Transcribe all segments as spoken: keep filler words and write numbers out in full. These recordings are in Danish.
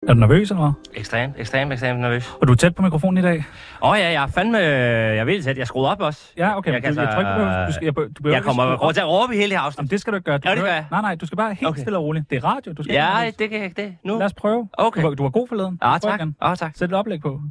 Er du nervøs, eller hvad? Ekstremt, ekstremt, ekstremt nervøs. Og du er tæt på mikrofonen i dag? Åh oh, ja, jeg er fandme... Jeg vil tæt. Jeg skruede op også. Ja, okay. Jeg, jeg, du, jeg tror ikke, du, du skal... Jeg, du jeg kommer over til at råbe i hele det her afsnit. Jamen, det skal du ikke gøre. Du ja, det gør jeg. Nej, nej, du skal bare helt okay. Stille og roligt. Det er radio, du skal ja, ikke det kan jeg det. Nu. Lad os prøve. Okay. Du var, du var god forleden. Ja, tak. Ja, tak. Sæt et oplæg på.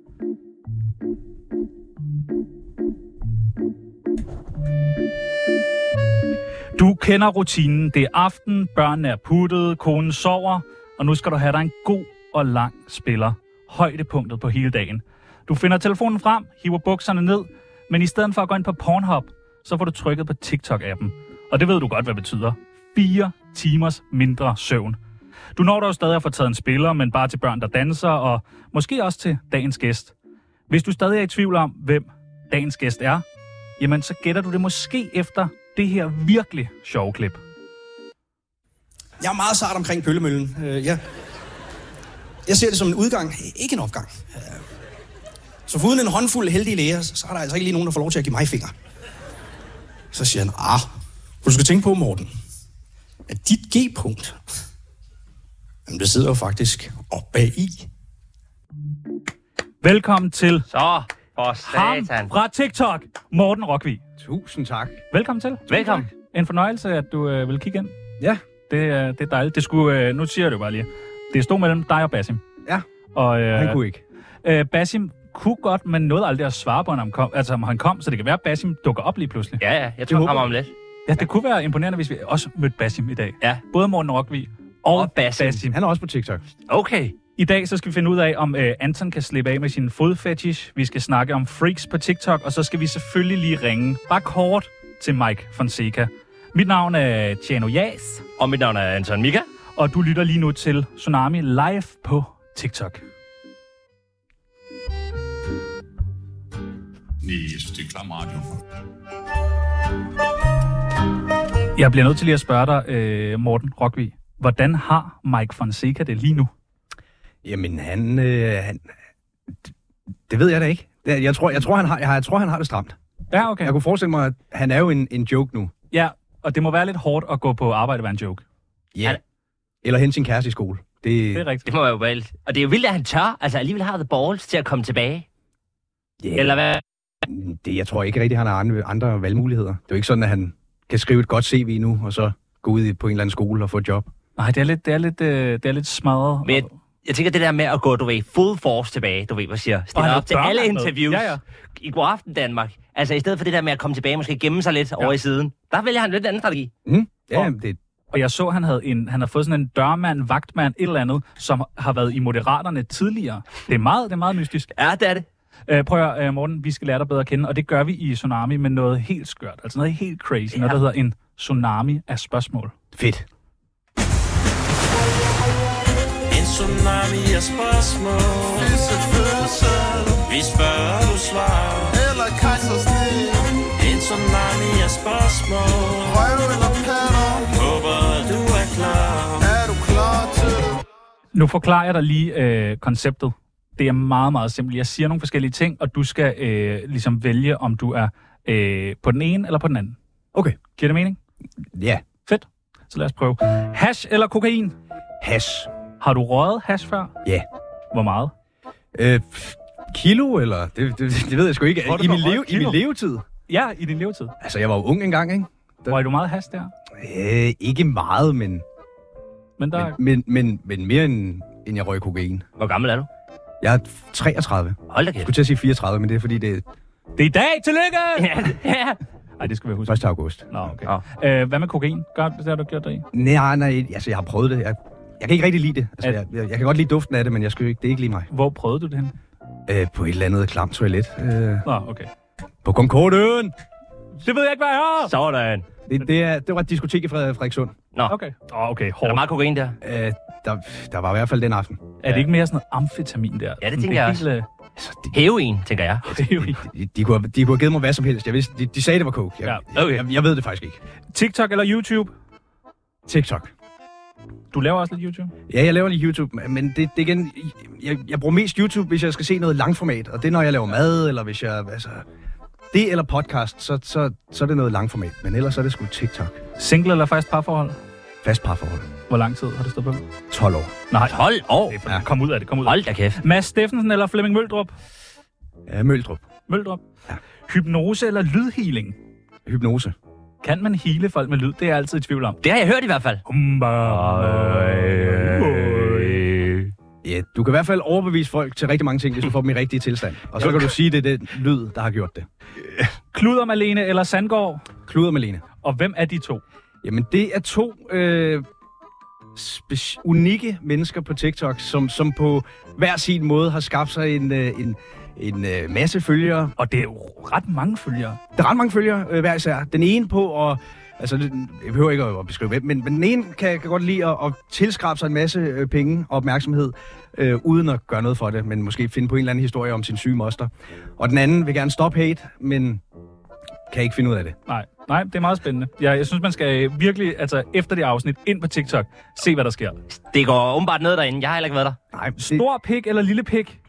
Du kender rutinen. Det er aften, børnene er puttet, konen sover, og nu skal du have dig en god og lang spiller. Højdepunktet på hele dagen. Du finder telefonen frem, hiver bukserne ned, men i stedet for at gå ind på Pornhub, så får du trykket på TikTok-appen. Og det ved du godt, hvad det betyder. Fire timers mindre søvn. Du når dog stadig at få taget en spiller, men bare til børn, der danser, og måske også til dagens gæst. Hvis du stadig er i tvivl om, hvem dagens gæst er, jamen så gætter du det måske efter det her virkelig sjove klip. Jeg er meget sart omkring pøllemøllen. Uh, ja. Jeg ser det som en udgang, ikke en opgang. Uh, så foruden en håndfuld heldige læger, så er der altså ikke lige nogen, der får lov til at give mig fingre. Så siger han, ah, du skal tænke på, Morten, at dit G-punkt, jamen det sidder jo faktisk op bag i. Velkommen til Så, for ham satan. fra TikTok, Morten Rokvig. Tusind tak. Velkommen til. Velkommen. Tak. En fornøjelse, at du øh, vil kigge ind. Ja. Det, øh, det er dejligt. Det skulle, øh, nu siger jeg det jo bare lige. Det stod mellem dig og Basim. Ja, og, øh, han kunne ikke. Øh, Basim kunne godt, men nåede aldrig at svare på, når han kom. Altså, om han kom, så det kan være, at Basim dukker op lige pludselig. Ja, ja, jeg tror, han kommer om lidt. Ja, det kunne være imponerende, hvis vi også mødte Basim i dag. Ja. Både Morten Rokvig og, og Basim. Basim. Han er også på TikTok. Okay. I dag så skal vi finde ud af, om øh, Anton kan slippe af med sin fodfetish. Vi skal snakke om freaks på TikTok, og så skal vi selvfølgelig lige ringe, bare kort, til Mike Fonseca. Mit navn er Tjano Jas. Og mit navn er Anton Mika. Og du lytter lige nu til Tsunami live på TikTok. Nej, jeg synes, det er klam radio. Jeg bliver nødt til lige at spørge dig, øh, Morten Rokvig. Hvordan har Mike Fonseca det lige nu? Jamen, han... Øh, han det, det ved jeg da ikke. Det, jeg, tror, jeg, tror, han har, jeg, jeg tror, han har det stramt. Ja, okay. Jeg kunne forestille mig, at han er jo en, en joke nu. Ja, og det må være lidt hårdt at gå på arbejde og være en joke. Ja. Yeah. Eller hente sin kæreste i skole. Det, det er rigtigt. Det må være jo valgt. Og det er jo vildt, at han tør. Altså alligevel har the balls til at komme tilbage. Yeah. Eller hvad? Det, jeg tror ikke rigtig, han har andre, andre valgmuligheder. Det er jo ikke sådan, at han kan skrive et godt C V nu, og så gå ud på en eller anden skole og få et job. Nej, det er lidt, det er lidt, øh, det er lidt smadret. Men jeg, jeg tænker, det der med at gå, du ved, full force tilbage, du ved, hvad siger, stille op til alle interviews ja, ja. i God Aften Danmark. Altså i stedet for det der med at komme tilbage, måske gemme sig lidt ja. over i siden. Der vælger han lidt anden strategi. Mm. Ja, og, det... og jeg så, han havde en, han havde fået sådan en dørmand, vagtmand, et eller andet, som har været i Moderaterne tidligere. Det er meget, det er meget mystisk. Ja, det er det. Uh, prøv at uh, Morten, vi skal lære dig bedre at kende, og det gør vi i Tsunami med noget helt skørt, altså noget helt crazy, ja. Noget der hedder en tsunami af spørgsmål. Fedt. En tsunami af spørgsmål. Vi spørger, du svarer. Eller kejsersnit. En tsunami af spørgsmål. Røv eller patter. Håber, du er klar. Er du klar til det? Nu forklarer jeg dig lige øh, konceptet. Det er meget, meget simpelt. Jeg siger nogle forskellige ting, og du skal øh, ligesom vælge, om du er øh, på den ene eller på den anden. Okay. Giver det mening? Ja. Fedt. Så lad os prøve. Hash eller kokain? Hash. Har du røget hash før? Ja. Hvor meget? Øh, kilo, eller? Det, det, det ved jeg sgu ikke. I min, leve, I min levetid? Ja, i din levetid. Altså, jeg var jo ung engang, ikke? Der... Var du meget hash der? Øh, ikke meget, men... Men, der... men, men, men, men mere end, end jeg røg kokain. Hvor gammel er du? Jeg er treogtredive. Hold da kæft. Jeg skulle til at sige fireogtredive, men det er fordi, det... Det er i dag! Tillykke! Ja, ja. Ej, det skal vi huske. første august. Nå, okay. Ja. Øh, hvad med kokain? Gør, det har du gjort det i? Nej, nej, altså jeg har prøvet det. Jeg, jeg kan ikke rigtig lide det. Altså, jeg, jeg, jeg kan godt lide duften af det, men jeg skal ikke, det er ikke lige mig. Hvor prøvede du det hen? Øh, på et eller andet klamt toilet. Øh, Nå, okay. På Concordøen! Det ved jeg ikke, hvad jeg har! Sådan. Det, det, er, det var et diskotek i Frederikssund. Nå. Okay. Åh, oh, okay. Hårdt. Er der meget kokain der? Øh, der? Der var i hvert fald den aften. Er det ikke mere sådan noget amfetamin der? Ja, det tænker jeg også. Hele... Altså, de, Heroin, tænker jeg. Heroin. De, de, kunne have, de kunne have givet mig hvad som helst. Jeg vidste, de, de sagde, det var coke. Jeg, ja. Okay. jeg, jeg ved det faktisk ikke. TikTok eller YouTube? TikTok. Du laver også lidt YouTube? Ja, jeg laver lidt YouTube, men det, det igen... Jeg, jeg bruger mest YouTube, hvis jeg skal se noget langformat, og det er, når jeg laver mad, eller hvis jeg... Altså, det eller podcast, så, så, så er det noget langformat, men ellers så er det sgu TikTok. Single eller fast parforhold? fast parforhold. Hvor lang tid har det stået på? tolv år. Nej, Hold år. ja. Kom ud af det, kom ud af Hold det. da kæft. Mads Steffensen eller Flemming Møldrup? Ja, Møldrup. Møldrup. Ja. Hypnose eller lydhealing? Hypnose. Kan man hele folk med lyd? Det er jeg altid i tvivl om. Det har jeg hørt i hvert fald. Ja, du kan i hvert fald overbevise folk til rigtig mange ting, hvis du får dem i rigtig tilstand. Og så kan du sige, det er den lyd, der har gjort det. Kluder Malene eller Sandgaard? Kluder Malene. Og hvem er de to? Jamen, det er to øh, speci- unikke mennesker på TikTok, som, som på hver sin måde har skabt sig en, øh, en, en øh, masse følgere. Og det er jo ret mange følgere. Der er ret mange følgere øh, hver især. Den ene på, og altså, det, jeg behøver ikke at, at beskrive hvem, men, men den ene kan, kan godt lide at, at tilskrabe sig en masse øh, penge og opmærksomhed, øh, uden at gøre noget for det, men måske finde på en eller anden historie om sin syge moster. Og den anden vil gerne stoppe hate, men kan ikke finde ud af det. Nej, nej, det er meget spændende. Jeg, jeg synes, man skal virkelig, altså efter det afsnit, ind på TikTok, se hvad der sker. Det går umiddelbart ned derinde. Jeg har heller ikke været der. Nej, det, Stor pik eller lille pik?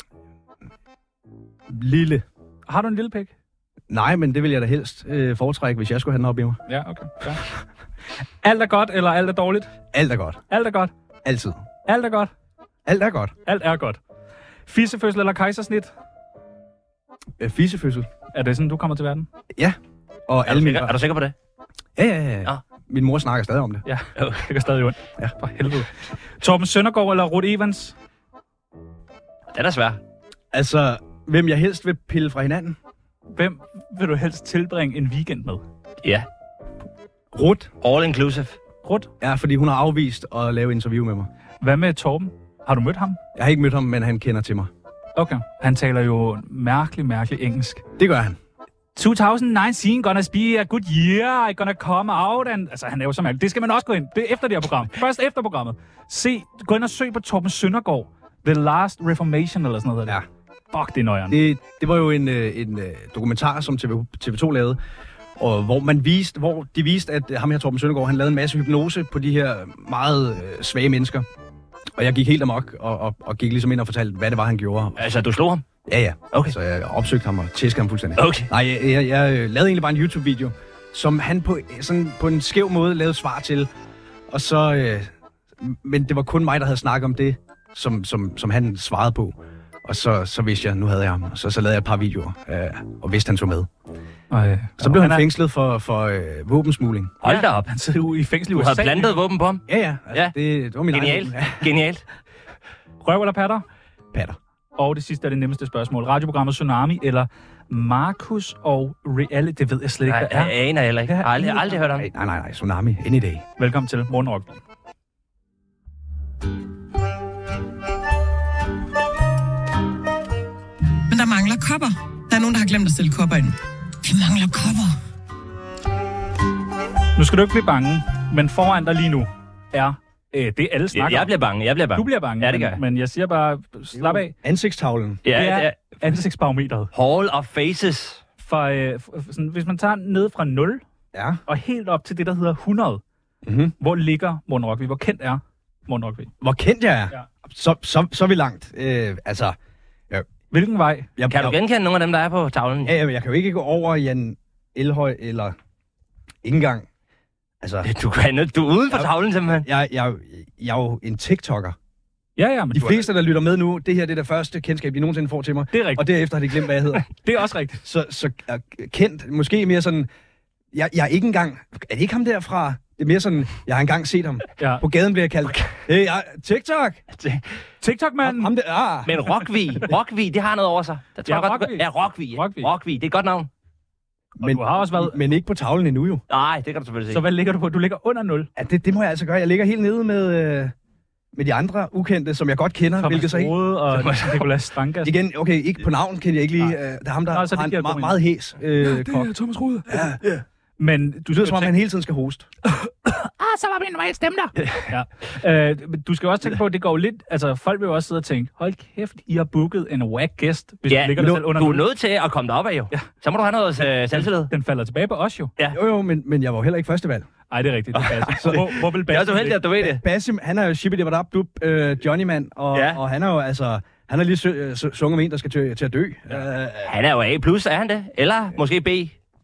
lille. Har du en lille pik? Nej, men det vil jeg da helst øh, foretrække, hvis jeg skulle have den op i mig. Ja, okay. Ja. Alt er godt, eller alt er dårligt? Alt er godt. Alt er godt. Altid. Alt er godt. Alt er godt. Alt er godt. Fissefødsel eller kejsersnit? Øh, fisefødsel. Er det sådan, du kommer til verden? Ja. Og Er alle du, mine sikker, er du sikker på det? Ja, ja, ja. Ja. Min mor snakker stadig om det. Ja, det gør stadig ondt. Ja. For helvede. Torben Søndergaard eller Ruth Evans? Den er svær. Altså, hvem jeg helst vil pille fra hinanden? Hvem vil du helst tilbringe en weekend med? Ja. Ruth. All inclusive. Ruth? Ja, fordi hun har afvist at lave interview med mig. Hvad med Torben? Har du mødt ham? Jeg har ikke mødt ham, men han kender til mig. Okay. Han taler jo mærkelig, mærkelig engelsk. Det gør han. to tusind nitten gonna be a good year, I gonna come out, and... Altså, han er jo så mærkelig. Det skal man også gå ind. Det er efter det her program. Først efter programmet. Se, gå ind og søg på Torben Søndergaard. The Last Reformation, eller sådan noget. Ja. Fuck, det er nøjeren. Det, det var jo en, øh, en øh, dokumentar, som T V, T V to lavede, og hvor man viste, hvor de viste, at ham her, Torben Søndergaard, han lavede en masse hypnose på de her meget øh, svage mennesker. Og jeg gik helt amok, og, og, og gik ligesom ind og fortalte, hvad det var, han gjorde. Altså, du slog ham? Ja, ja. Okay. Så jeg opsøgte ham og tæskede ham fuldstændig. Okay. Nej, jeg, jeg, jeg lavede egentlig bare en YouTube-video, som han på, sådan, på en skæv måde lavede svar til. Og så... Øh, men det var kun mig, der havde snakket om det, som, som, som han svarede på. Og så, så vidste jeg, nu havde jeg ham. Og så, så lavede jeg et par videoer, øh, og vidste, han tog med. Øh, Så blev han er- fængslet for, for øh, våbensmugling. Hold da op. Han sidder jo i fængsel i Du U S A. har plantet våben på ham? Ja, ja. Altså, Ja. Det, det var min Genialt. egen våben. Genialt. Røv eller patter? Ja, patter. Og det sidste er det nemmeste spørgsmål. Radioprogrammet Tsunami eller Markus og Reality? Det ved jeg slet ikke, Nej, hvad er. jeg aner heller ikke. Jeg har aldrig, aldrig hørt om Nej, det. nej, nej, nej. Tsunami. Any day. Velkommen til Morgenrock. Men der mangler kopper. Der er nogen, der har glemt at stille kopper ind. Vi mangler kopper. Nu skal du ikke blive bange, men foran dig lige nu er øh, det, alle Jeg, snakker jeg om. bliver bange, jeg bliver bange. Du bliver bange, Ja, det gør men, jeg. men jeg siger bare, slap af. Ansigtstavlen. Ja, Det er det er ansigtsbarometeret. Hall of Faces. For, øh, for sådan, hvis man tager ned fra nul Ja. og helt op til det, der hedder hundrede, Mm-hmm. hvor ligger Morten Rockvi? Hvor kendt er Morten Rockvi? Hvor kendt jeg er? Ja. Så, så, så er vi langt. Øh, altså... Hvilken vej? Jeg, Kan du jeg, genkende nogle af dem, der er på tavlen? ja, jeg kan jo ikke gå over Jan Elhøj eller... Ikke engang. Altså... Du, kan, du er uden for Ja. tavlen, simpelthen. Jeg, jeg, jeg er jo en TikToker. Ja, ja, men De du fleste, der lytter med nu, det her det er det første kendskab, de nogensinde får til mig. er, det er rigtigt. Og derefter har de glemt, hvad jeg hedder. Det er også rigtigt. så så er kendt, måske mere sådan... Jeg, jeg er ikke engang... Er det ikke ham derfra? Det er mere sådan, jeg har engang set ham. Ja. På gaden bliver jeg kaldt, hey, jeg, TikTok! TikTok-manden. Ham der, ah. Men Rockvi, Rockvi, det har noget over sig. Der tror Ja, jeg godt, du Rockvi. kan- Ja, Rockvi. Rockvi. Rockvi, det er et godt navn. Og du har også været... Men ikke på tavlen endnu jo. Nej, det kan du selvfølgelig Så se. hvad ligger du på? Du ligger under nul. Ja, det, det må jeg altså gøre. Jeg ligger helt nede med, øh, med de andre ukendte, som jeg godt kender. Thomas hvilket så ikke... Rode og Nicolas Stankas. Igen, okay, ikke på navn kender jeg ikke lige. Øh, der er ham, der Nå, så det har giver en god meget, mening. meget hæs øh, kok. Thomas Rode. Ja, ja. Men du Det lyder skal som om, tænke... han hele tiden skal hoste. Ah, så var vi en normal stemme der. ja. øh, men du skal også tænke på, at det går jo lidt... Altså, folk vil jo også sidde og tænke, hold kæft, I har booket en whack gæst, hvis Ja, du ligger nu, dig selv under du er nul. nødt til at komme derop af jo. Ja. Så må du have noget øh, selvtillid. Den falder tilbage på os jo. Jo, jo, men, men jeg var jo heller ikke førstevalg. Nej, det er rigtigt. Det er Basim. hvor, hvor vil Det er Basim så heldigt, at du ved det. Basim, han er jo shibidibadabdub, øh, Johnny-mand, og, Ja. og han er jo altså... Han har lige sø- sø- sunget med en, der skal til, til at dø. Ja. Uh, Han er jo A plus, er han det? Eller måske B?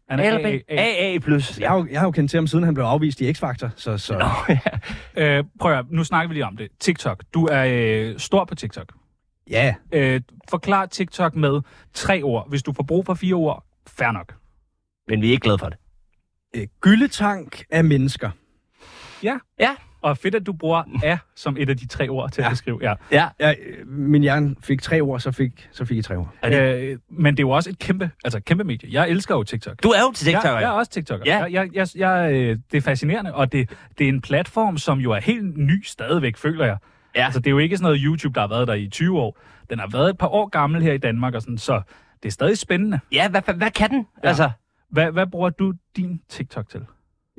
Han A er eller B? A A. A A plus. Jeg har, jo, jeg har jo kendt til ham, siden han blev afvist i X-Factor, så... så... Nå, ja. Øh, prøv at høre, nu snakker vi lige om det. TikTok. Du er øh, stor på TikTok. Ja, Øh, forklar TikTok med tre ord. Hvis du får brug for fire ord, fair nok. Men vi er ikke glade for det. øh, gyldetank af mennesker. Ja. Ja. Og fedt, at du bruger er som et af de tre ord til ja. at beskrive. Ja. Ja. Jeg, øh, min hjerne fik tre ord, så fik, så fik I tre ord. Er det... Øh, men det er jo også et kæmpe, altså kæmpe medie. Jeg elsker jo TikTok. Du er jo til TikTok. Jeg, jeg er også TikToker. Ja. Jeg, jeg, jeg, jeg, øh, det er fascinerende, og det, det er en platform, som jo er helt ny stadigvæk, føler jeg. Ja. Altså, det er jo ikke sådan noget YouTube, der har været der i tyve år. Den har været et par år gammel her i Danmark, og sådan, så det er stadig spændende. Ja, hvad, hvad, hvad kan den? Ja. Altså, Hvad, hvad bruger du din TikTok til?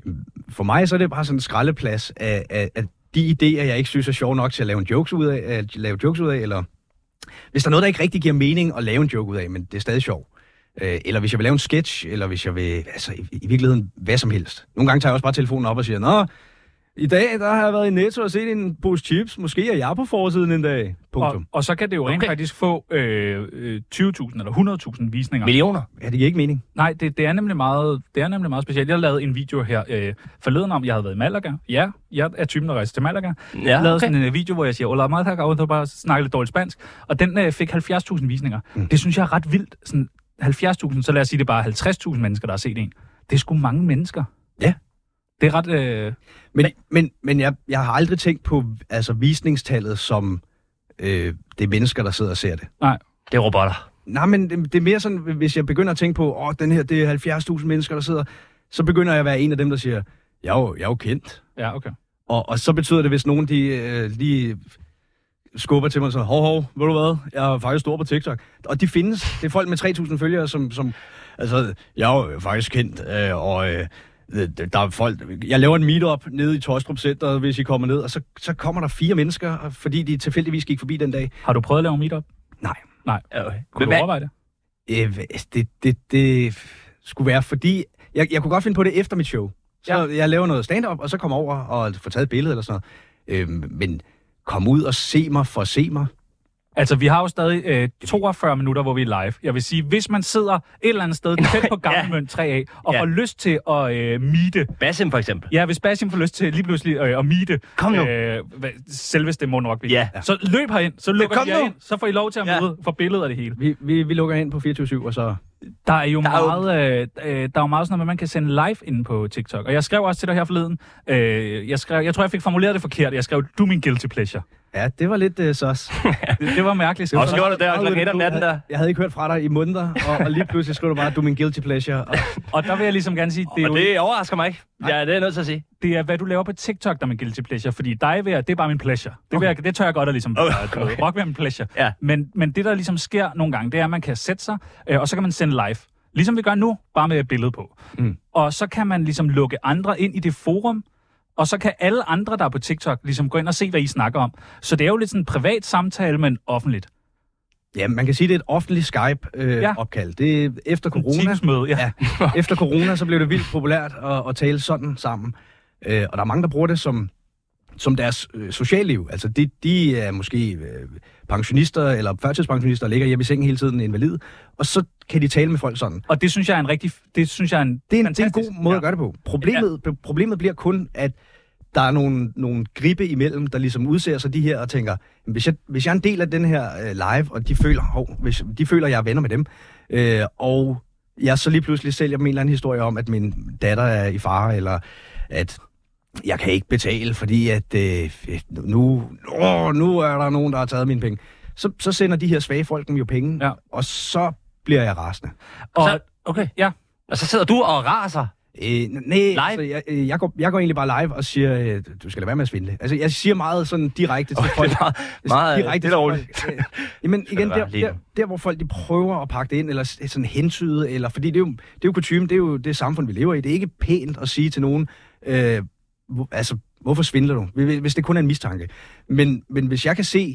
For mig så er det bare sådan en skraldeplads af, af, af de idéer, jeg ikke synes er sjove nok til at lave en jokes ud af, at lave jokes ud af, eller hvis der er noget, der ikke rigtig giver mening at lave en joke ud af, men det er stadig sjov. Øh, eller hvis jeg vil lave en sketch, eller hvis jeg vil, altså i, i virkeligheden, hvad som helst. Nogle gange tager jeg også bare telefonen op og siger, nå, i dag, der har jeg været i Netto og set en pose chips. Måske er jeg på forsiden en dag. Punktum. Og, og så kan det jo rent Okay. faktisk faktisk få øh, øh, tyve tusind eller hundrede tusind visninger. millioner. Ja, det giver ikke mening. Nej, det, det, er nemlig meget, det er nemlig meget specielt. Jeg lavede en video her øh, forleden om, jeg havde været i Malaga. Ja, jeg er typen, der rejser til Malaga. Ja, Jeg lavede okay. sådan en øh, video, hvor jeg siger, hola, meget tak, og bare snakke lidt dårligt spansk. Og den øh, fik halvfjerds tusind visninger. Mm. Det synes jeg er ret vildt. Sådan halvfjerds tusind, så lad os sige, det er bare halvtreds tusind mennesker, der har set en. Det er sgu mange mennesker. Ja. Det er ret... Øh, Men, men, men jeg, jeg har aldrig tænkt på altså, visningstallet som øh, det er mennesker, der sidder og ser det. nej. Det er robotter. Nej, men det, det er mere sådan, hvis jeg begynder at tænke på, åh, den her, det er halvfjerds tusind mennesker, der sidder, så begynder jeg at være en af dem, der siger, jeg er jo, jeg er jo kendt. Ja, okay. Og, og så betyder det, hvis nogen de, øh, lige skubber til mig og siger, hov, hov, ved du hvad, jeg er faktisk stor på TikTok. Og de findes. Det er folk med tre tusind følgere, som, som altså, jeg er jo faktisk kendt, øh, og øh, der er folk, jeg laver en meetup nede i Tøjstrup Center, hvis I kommer ned, og så, så kommer der fire mennesker, fordi de tilfældigvis gik forbi den dag. Har du prøvet at lave en meetup? Nej. Nej. Okay. Kunne du Hvad- overveje det? Øh, det, det, det skulle være, fordi jeg, jeg kunne godt finde på det efter mit show. Så Ja. ja. jeg laver noget stand-up, og så kommer over og får taget et billede eller sådan noget. Øh, men kom ud og se mig for at se mig. Altså, vi har jo stadig øh, toogfyrre minutter, hvor vi er live. Jeg vil sige, hvis man sidder et eller andet sted tæt på Gammelmønt tre A, og Ja. får lyst til at øh, meete. Basim for eksempel. Ja, hvis Basim får lyst til lige pludselig øh, at meete. Kom nu. Øh, hvad- selveste Morten Rockvik. Ja. Så løb herind, så lukker kom vi jer nu. ind, så får I lov til at Ja. møde for billedet af det hele. Vi, vi, vi lukker ind på fireogtyve syv, og så... Der er jo Der er jo- meget, øh, øh, der er jo meget sådan noget, med, at man kan sende live inde på TikTok. Og jeg skrev også til dig her forleden. Øh, jeg, skrev, jeg tror, jeg fik formuleret det forkert. Jeg skrev, du er min guilty pleasure. Ja, det var lidt uh, sås. Det, det var mærkeligt. Og så gjorde du det klokken et om natten der. Jeg havde ikke hørt fra dig i måneder, og, og lige pludselig skrev du bare, du er min guilty pleasure. Og, Og der vil jeg ligesom gerne sige, det er, jo, Og det overrasker mig ikke. Ja, det er jeg nødt til at sige. det er, hvad du laver på TikTok, der er min guilty pleasure. Fordi dig vil jeg, det er bare min pleasure. Det, vil jeg, det tør jeg godt at ligesom Okay. okay. okay. rock ved min pleasure. Ja. Men, men det, der ligesom sker nogle gange, det er, at man kan sætte sig, øh, og så kan man sende live. Ligesom vi gør nu, bare med et billede på. Mm. Og så kan man ligesom lukke andre ind i det forum, og så kan alle andre, der er på TikTok, ligesom gå ind og se, hvad I snakker om. Så det er jo lidt sådan en privat samtale, men offentligt. ja, man kan sige, det er et offentligt Skype-opkald. Øh, Ja. opkald. Det er efter corona. Teamsmøde, ja. Ja. Efter corona, så blev det vildt populært at, at tale sådan sammen. Øh, og der er mange, der bruger det som, som deres øh, socialliv. Altså, de, de er måske øh, pensionister eller førtidspensionister, der ligger hjemme i sengen hele tiden, invalid. Og så kan de tale med folk sådan. Og det synes jeg er en rigtig, det synes jeg er en Det er en, det er en fantastisk- god måde ja. at gøre det på. Problemet, ja. problemet bliver kun, at der er nogle, nogle gribe imellem, der ligesom udser sig de her og tænker, hvis jeg, hvis jeg er en del af den her øh, live, og de føler, hov, hvis de føler, at jeg er venner med dem, øh, og jeg så lige pludselig sælger dem en eller anden historie om, at min datter er i fare, eller at jeg kan ikke betale, fordi at øh, nu, åh, nu er der nogen, der har taget mine penge. Så, så sender de her svage folk dem jo penge, Ja. og så bliver jeg rasende. Og, Så- okay. ja, Og så sidder du og raser. Øh, nej, altså, jeg, øh, jeg, går, jeg går egentlig bare live og siger, øh, du skal lade være med at svindle. Altså, jeg siger meget sådan direkte til folk. Det er meget, meget direkte det er til roligt. folk. Øh, Jamen, igen, det være der, lige der, nu. der, hvor folk de prøver at pakke det ind, eller s- sådan hentyde, eller, fordi det er jo, det er jo kutyme, det er jo det samfund, vi lever i. Det er ikke pænt at sige til nogen, øh, hvor, altså, hvorfor svindler du? Hvis hvis det kun er en mistanke. Men, men hvis jeg kan se,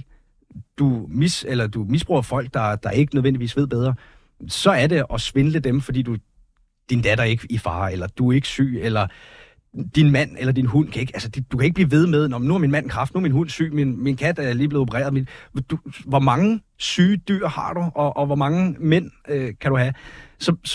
du, mis, eller du misbruger folk, der, der ikke nødvendigvis ved bedre, så er det at svindle dem, fordi du din datter er ikke i fare, eller du er ikke syg, eller din mand eller din hund kan ikke, altså du kan ikke blive ved med, når nu er min mand kræft, nu er min hund syg, min, min kat er lige blevet opereret. Min, du, hvor mange syge dyr har du, og, og hvor mange mænd øh, kan du have? Så, så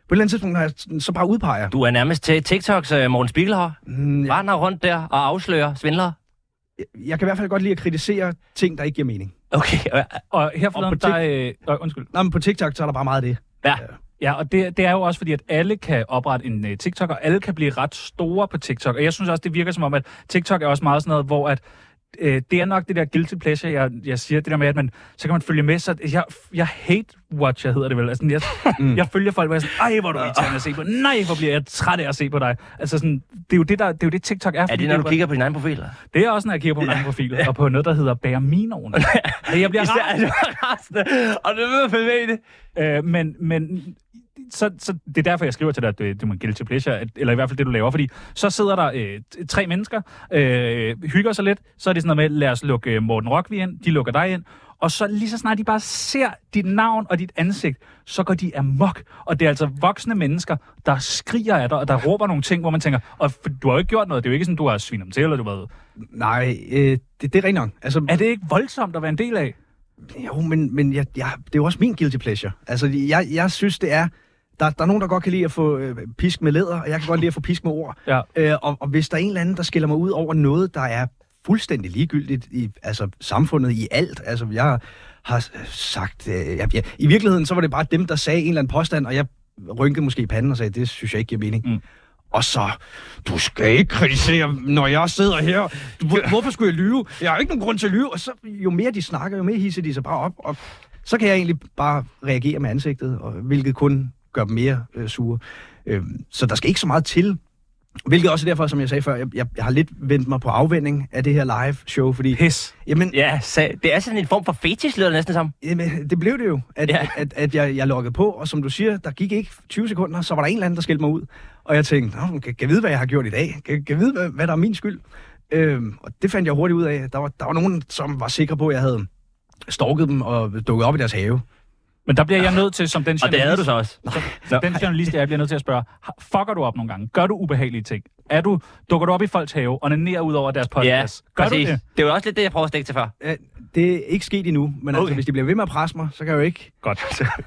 et eller andet tidspunkt, når jeg sådan- så bare udpeger. Du er nærmest til TikToks uh, Morten Spiegelhauer. Mm, jeg, Vandrer rundt der og afslører svindlere. jeg kan i hvert fald godt lide at kritisere ting, der ikke giver mening. Okay. øh, Og her forleden, på der... Øh, øh, undskyld. Nå, men på TikTok, så er der bare meget af det. Ja. Ja, og det, det er jo også fordi, at alle kan oprette en uh, TikTok, og alle kan blive ret store på TikTok. Og jeg synes også, det virker som om, at TikTok er også meget sådan noget, hvor at øh, det er nok det der guilty pleasure, jeg, jeg siger, det der med, at man, så kan man følge med. Så jeg, jeg hate-watcher, hedder det vel. Altså, jeg, mm. jeg følger folk, hvor jeg er sådan, ej, hvor er du irriterende at se på. Nej, hvor bliver jeg træt af at se på dig. Altså sådan, det er jo det, der, det er jo det TikTok er. Er det, når du kigger på din egen profil? Eller? Det er også, når jeg kigger på min egen profil, og på noget, der hedder Bærminoen. Jeg bliver rasende. Og det vil jeg følge med i det. Øh, men, men så, så det er derfor, jeg skriver til dig, at det, det må guilty pleasure, at, eller i hvert fald det, du laver. Fordi så sidder der øh, tre mennesker, øh, hygger sig lidt, så er det sådan noget med, lad os lukke Morten Rockvi ind, de lukker dig ind, og så lige så snart de bare ser dit navn og dit ansigt, så går de amok. Og det er altså voksne mennesker, der skriger af dig, og der råber nogle ting, hvor man tænker, og du har jo ikke gjort noget, det er jo ikke sådan, du har svinet dem til, eller du har været... Nej, øh, det, det er rent nok. Altså, Er det ikke voldsomt at være en del af? Jo, men, men jeg, jeg, det er jo også min guilty pleasure. Altså, jeg, jeg synes, det er... Der, der er nogen, der godt kan lide at få øh, pisk med læder, og jeg kan godt lide at få pisk med ord. Ja. Øh, og, og hvis der er en eller anden, der skiller mig ud over noget, der er fuldstændig ligegyldigt i altså, samfundet i alt. Altså, jeg har sagt... Øh, jeg, jeg, I virkeligheden, så var det bare dem, der sagde en eller anden påstand, og jeg rynkede måske i panden og sagde, det synes jeg ikke giver mening. Mm. Og så, du skal ikke kritisere, når jeg sidder her. Du, hvorfor skulle jeg lyve? Jeg har ikke nogen grund til at lyve. Og så, jo mere de snakker, jo mere hisser de sig bare op. Og så kan jeg egentlig bare reagere med ansigtet, og, hvilket kun gør dem mere øh, sure. Øh, så der skal ikke så meget til. Hvilket også er derfor, som jeg sagde før, jeg, jeg, jeg har lidt vendt mig på afvending af det her live show, fordi... Pis. Jamen, Ja, så det er sådan en form for fetish, lyder det næsten som. jamen, det blev det jo, at, Ja. ja. at, at, at jeg, jeg loggede på, og som du siger, der gik ikke tyve sekunder, så var der en eller anden, der skældte mig ud. Og jeg tænkte, kan, kan jeg vide, hvad jeg har gjort i dag? Kan, kan jeg vide, hvad, hvad der er min skyld? Øhm, og det fandt jeg hurtigt ud af. Der var, der var nogen, som var sikre på, at jeg havde stalket dem og dukket op i deres have. Men der bliver jeg nødt til, som den Og det havde du journalist, så også. som den journalist, jeg bliver nødt til at spørge, ha- fucker du op nogle gange? Gør du ubehagelige ting? Er du, dukker du op i folks have og nanerer ud over deres Ja, podcast? Gør præcis. du det? Det er jo også lidt det, jeg prøver at stikke til før. Ja, det er ikke sket endnu, men okay. Altså, hvis de bliver ved med at presse mig, så kan jeg jo ikke... Godt.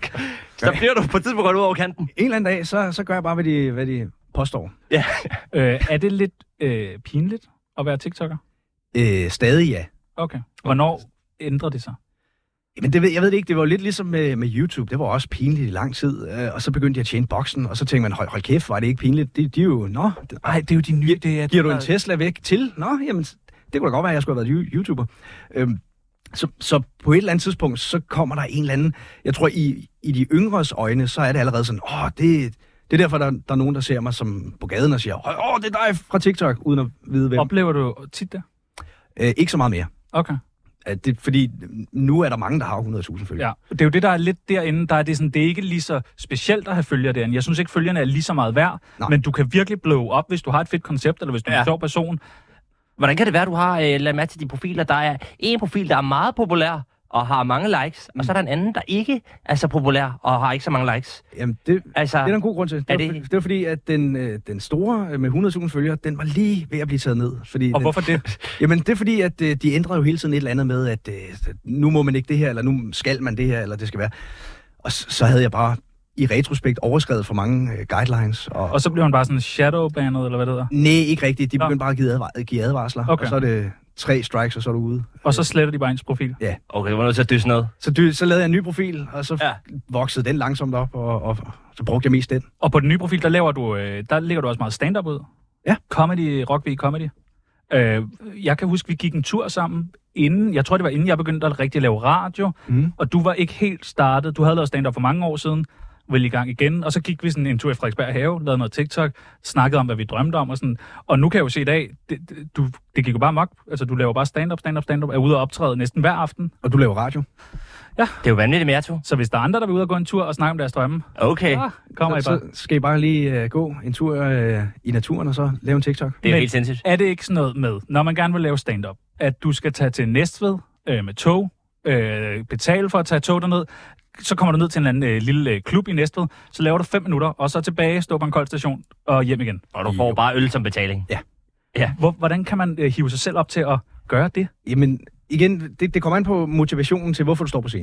Så bliver du på et tidspunkt godt ud over kanten. En eller anden dag, så, så gør jeg bare, hvad de, hvad de påstår. Ja. øh, er det lidt øh, pinligt at være TikToker? Øh, stadig ja. Okay. Hvornår ændrer det sig? Men det ved, jeg ved det ikke, det var jo lidt ligesom med, med YouTube. Det var også pinligt i lang tid, øh, og så begyndte jeg at tjene boksen, og så tænkte man, hold, hold kæft, var det ikke pinligt? De, de er jo, nå... Det, Nej, det er jo de nye... Det er, giver du der- en Tesla væk til? Nå, jamen, det kunne da godt være, at jeg skulle have været you- YouTuber. Øhm, så, så på et eller andet tidspunkt, så kommer der en eller anden... Jeg tror, i, i de yngres øjne, så er det allerede sådan, åh, det, det er derfor, der, der er nogen, der ser mig som på gaden og siger, åh, det er dig fra TikTok, uden at vide, hvem. Oplever du tit det? Øh, ikke så meget mere. Okay. At det, fordi nu er der mange, der har hundrede tusind følgere. Ja. Det er jo det, der er lidt derinde. Der er det, sådan, det er ikke lige så specielt at have følgere derinde. Jeg synes ikke, følgerne er lige så meget værd, Nej. men du kan virkelig blow op, hvis du har et fedt koncept, eller hvis du er Ja. en sjov person. Hvordan kan det være, du har øh, ladet mærke til de profiler? Der er en profil, der er meget populær og har mange likes, mm. og så er der en anden, der ikke er så populær og har ikke så mange likes. Jamen, det, Altså, det er der en god grund til. Det, er var, det- det... det var fordi, at den, øh, den store øh, med hundrede tusind følgere, den var lige ved at blive taget ned. Fordi Og den, hvorfor det? Jamen, det er fordi, at øh, de ændrer jo hele tiden et eller andet med, at øh, nu må man ikke det her, eller nu skal man det her, eller det skal være. Og så, så havde jeg bare i retrospekt overskrevet for mange øh, guidelines. Og, Og så bliver man bare sådan shadowbanet, eller hvad det hedder. nej, ikke rigtigt. De Nå. begyndte bare at give, advar- give advarsler. Okay. Og så er det tre strikes, og så er du ude. Og så sletter de bare ens profil. okay, du var nødt til at dysse noget. Så, dy- så lavede jeg en ny profil, og så Ja. ja. voksede den langsomt op, og, og så brugte jeg mest den. Og på den nye profil, der laver du, øh, der lægger du også meget stand-up ud. Ja. Comedy, Rockvi Comedy. Øh, jeg kan huske, vi gik en tur sammen, inden, jeg tror det var inden jeg begyndte at rigtig lave radio, Mm. og du var ikke helt startet. Du havde lavet stand-up for mange år siden, vel i gang igen, og så gik vi sådan en tur i Frederiksberg Have, lavede noget TikTok, snakkede om, hvad vi drømte om, og sådan. Og nu kan jeg jo se i dag, det, det, du, det gik jo bare mok. Altså, du laver bare stand-up, stand-up, stand-up, er ude og optræde næsten hver aften. Og du laver radio. Det er jo vanvittigt med jer to. Så hvis der er andre, der vil ud og gå en tur og snakke om deres drømme, Okay, så kommer I så, bare. så skal I bare lige uh, gå en tur uh, i naturen, og så lave en TikTok. det er jo Men- helt sindssygt. Er det ikke sådan noget med, når man gerne vil lave stand-up, at du skal tage til Næstved øh, med tog, øh, betale for at tage tog derned, så kommer du ned til en eller anden øh, lille øh, klub i Næstved, så laver du fem minutter, og så tilbage, stå på en kold station og hjem igen. Og du får bare øl som betaling. Hvor, hvordan kan man øh, hive sig selv op til at gøre det? Jamen, igen, det, det kommer an på motivationen til, hvorfor du står på scenen.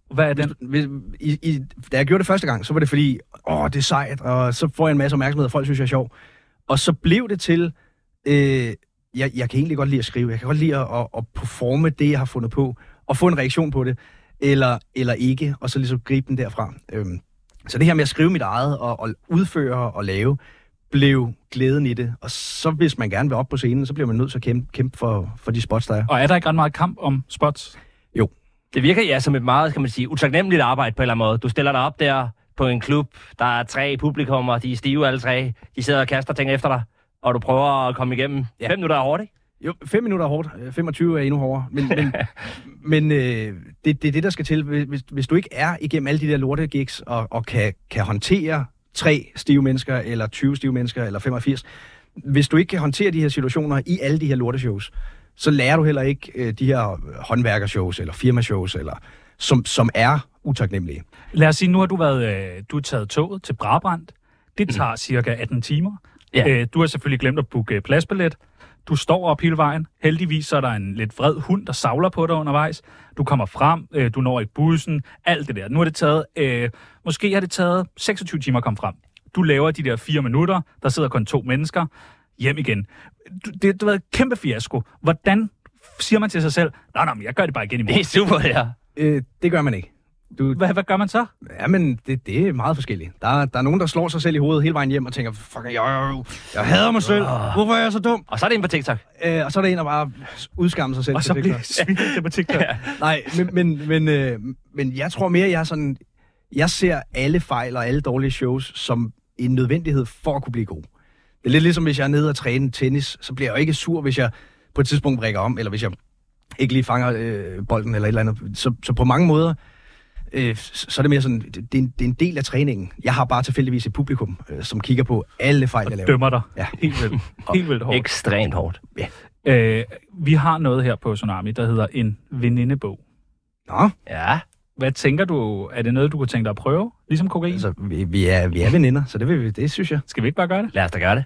Hvad er den? Hvis, i, i, da jeg gjorde det første gang, så var det fordi, åh, det er sejt, og så får jeg en masse opmærksomhed, og folk synes, jeg er sjov. Og så blev det til, øh, jeg, jeg kan egentlig godt lide at skrive, jeg kan godt lide at, at, at performe det, jeg har fundet på, og få en reaktion på det, eller, eller ikke, og så ligesom gribe den derfra. Øhm, så det her med at skrive mit eget, og, og udføre og lave, blev glæden i det. Og så hvis man gerne vil op på scenen, så bliver man nødt til at kæmpe, kæmpe for, for de spots, der er. Og er der ikke ret meget kamp om spots? Jo. Det virker ja som et meget, kan man sige, utaknemmeligt arbejde på en eller anden måde. Du stiller dig op der på en klub, der er tre publikummer, de er stive alle tre, de sidder og kaster ting efter dig, og du prøver at komme igennem. Ja. Fem minutter er hårdt, ikke? Jo, fem minutter er hårdt. femogtyve er endnu hårdere. Men, men, men øh, det, det er det, der skal til. Hvis, hvis du ikke er igennem alle de der lortegigs, og, og kan, kan håndtere tre stive mennesker, eller tyve stive mennesker, eller femogfirs, hvis du ikke kan håndtere de her situationer i alle de her lorteshows, så lærer du heller ikke øh, de her håndværkershows, eller firmashows, eller, som, som er utaknemmelige. Lad os sige, nu har du været, øh, du har taget toget til Brabrand. Det tager mm. cirka atten timer. Ja. Øh, du har selvfølgelig glemt at booke pladsbillet. Du står op hele vejen. Heldigvis så er der en lidt vred hund, der savler på dig undervejs. Du kommer frem, øh, du når i bussen, alt det der. Nu har det taget, øh, måske har det taget seksogtyve timer at komme frem. Du laver de der fire minutter, der sidder kun to mennesker, hjem igen. Du, det, det har været et kæmpe fiasko. Hvordan siger man til sig selv, nej, nej, men jeg gør det bare igen i morgen? Det er super, ja. Øh, det gør man ikke. Du, Hvad, hvad gør man så? Jamen, det, det er meget forskelligt. Der, der er nogen, der slår sig selv i hovedet hele vejen hjem og tænker, fuck, jeg, jeg, jeg hader mig selv. Hvorfor er jeg så dum? Og så er det en på TikTok. Øh, og så er der en, der bare udskammer sig selv. Og så på bliver TikTok. smidt det på TikTok. Ja. Nej, men, men, men, øh, men jeg tror mere, jeg er sådan... Jeg ser alle fejl og alle dårlige shows som en nødvendighed for at kunne blive god. Det er lidt ligesom, hvis jeg er nede og træne tennis, så bliver jeg jo ikke sur, hvis jeg på et tidspunkt brækker om, eller hvis jeg ikke lige fanger øh, bolden eller et eller andet. Så, så på mange måder, øh, så er det mere sådan, det, det, er en, det er en del af træningen. Jeg har bare tilfældigvis et publikum, øh, som kigger på alle fejl, jeg Og laver. dømmer dig. Ja. Helt vildt. Helt vildt hårdt. Ekstremt hårdt. Ja. Øh, vi har noget her på Tsunami, der hedder en venindebog. Nå, Ja. Hvad tænker du? Er det noget, du kunne tænke dig at prøve? Ligesom kokain? altså, vi, vi, er, vi er veninder, så det, vil vi, det synes jeg. Skal vi ikke bare gøre det? Lad os da gøre det.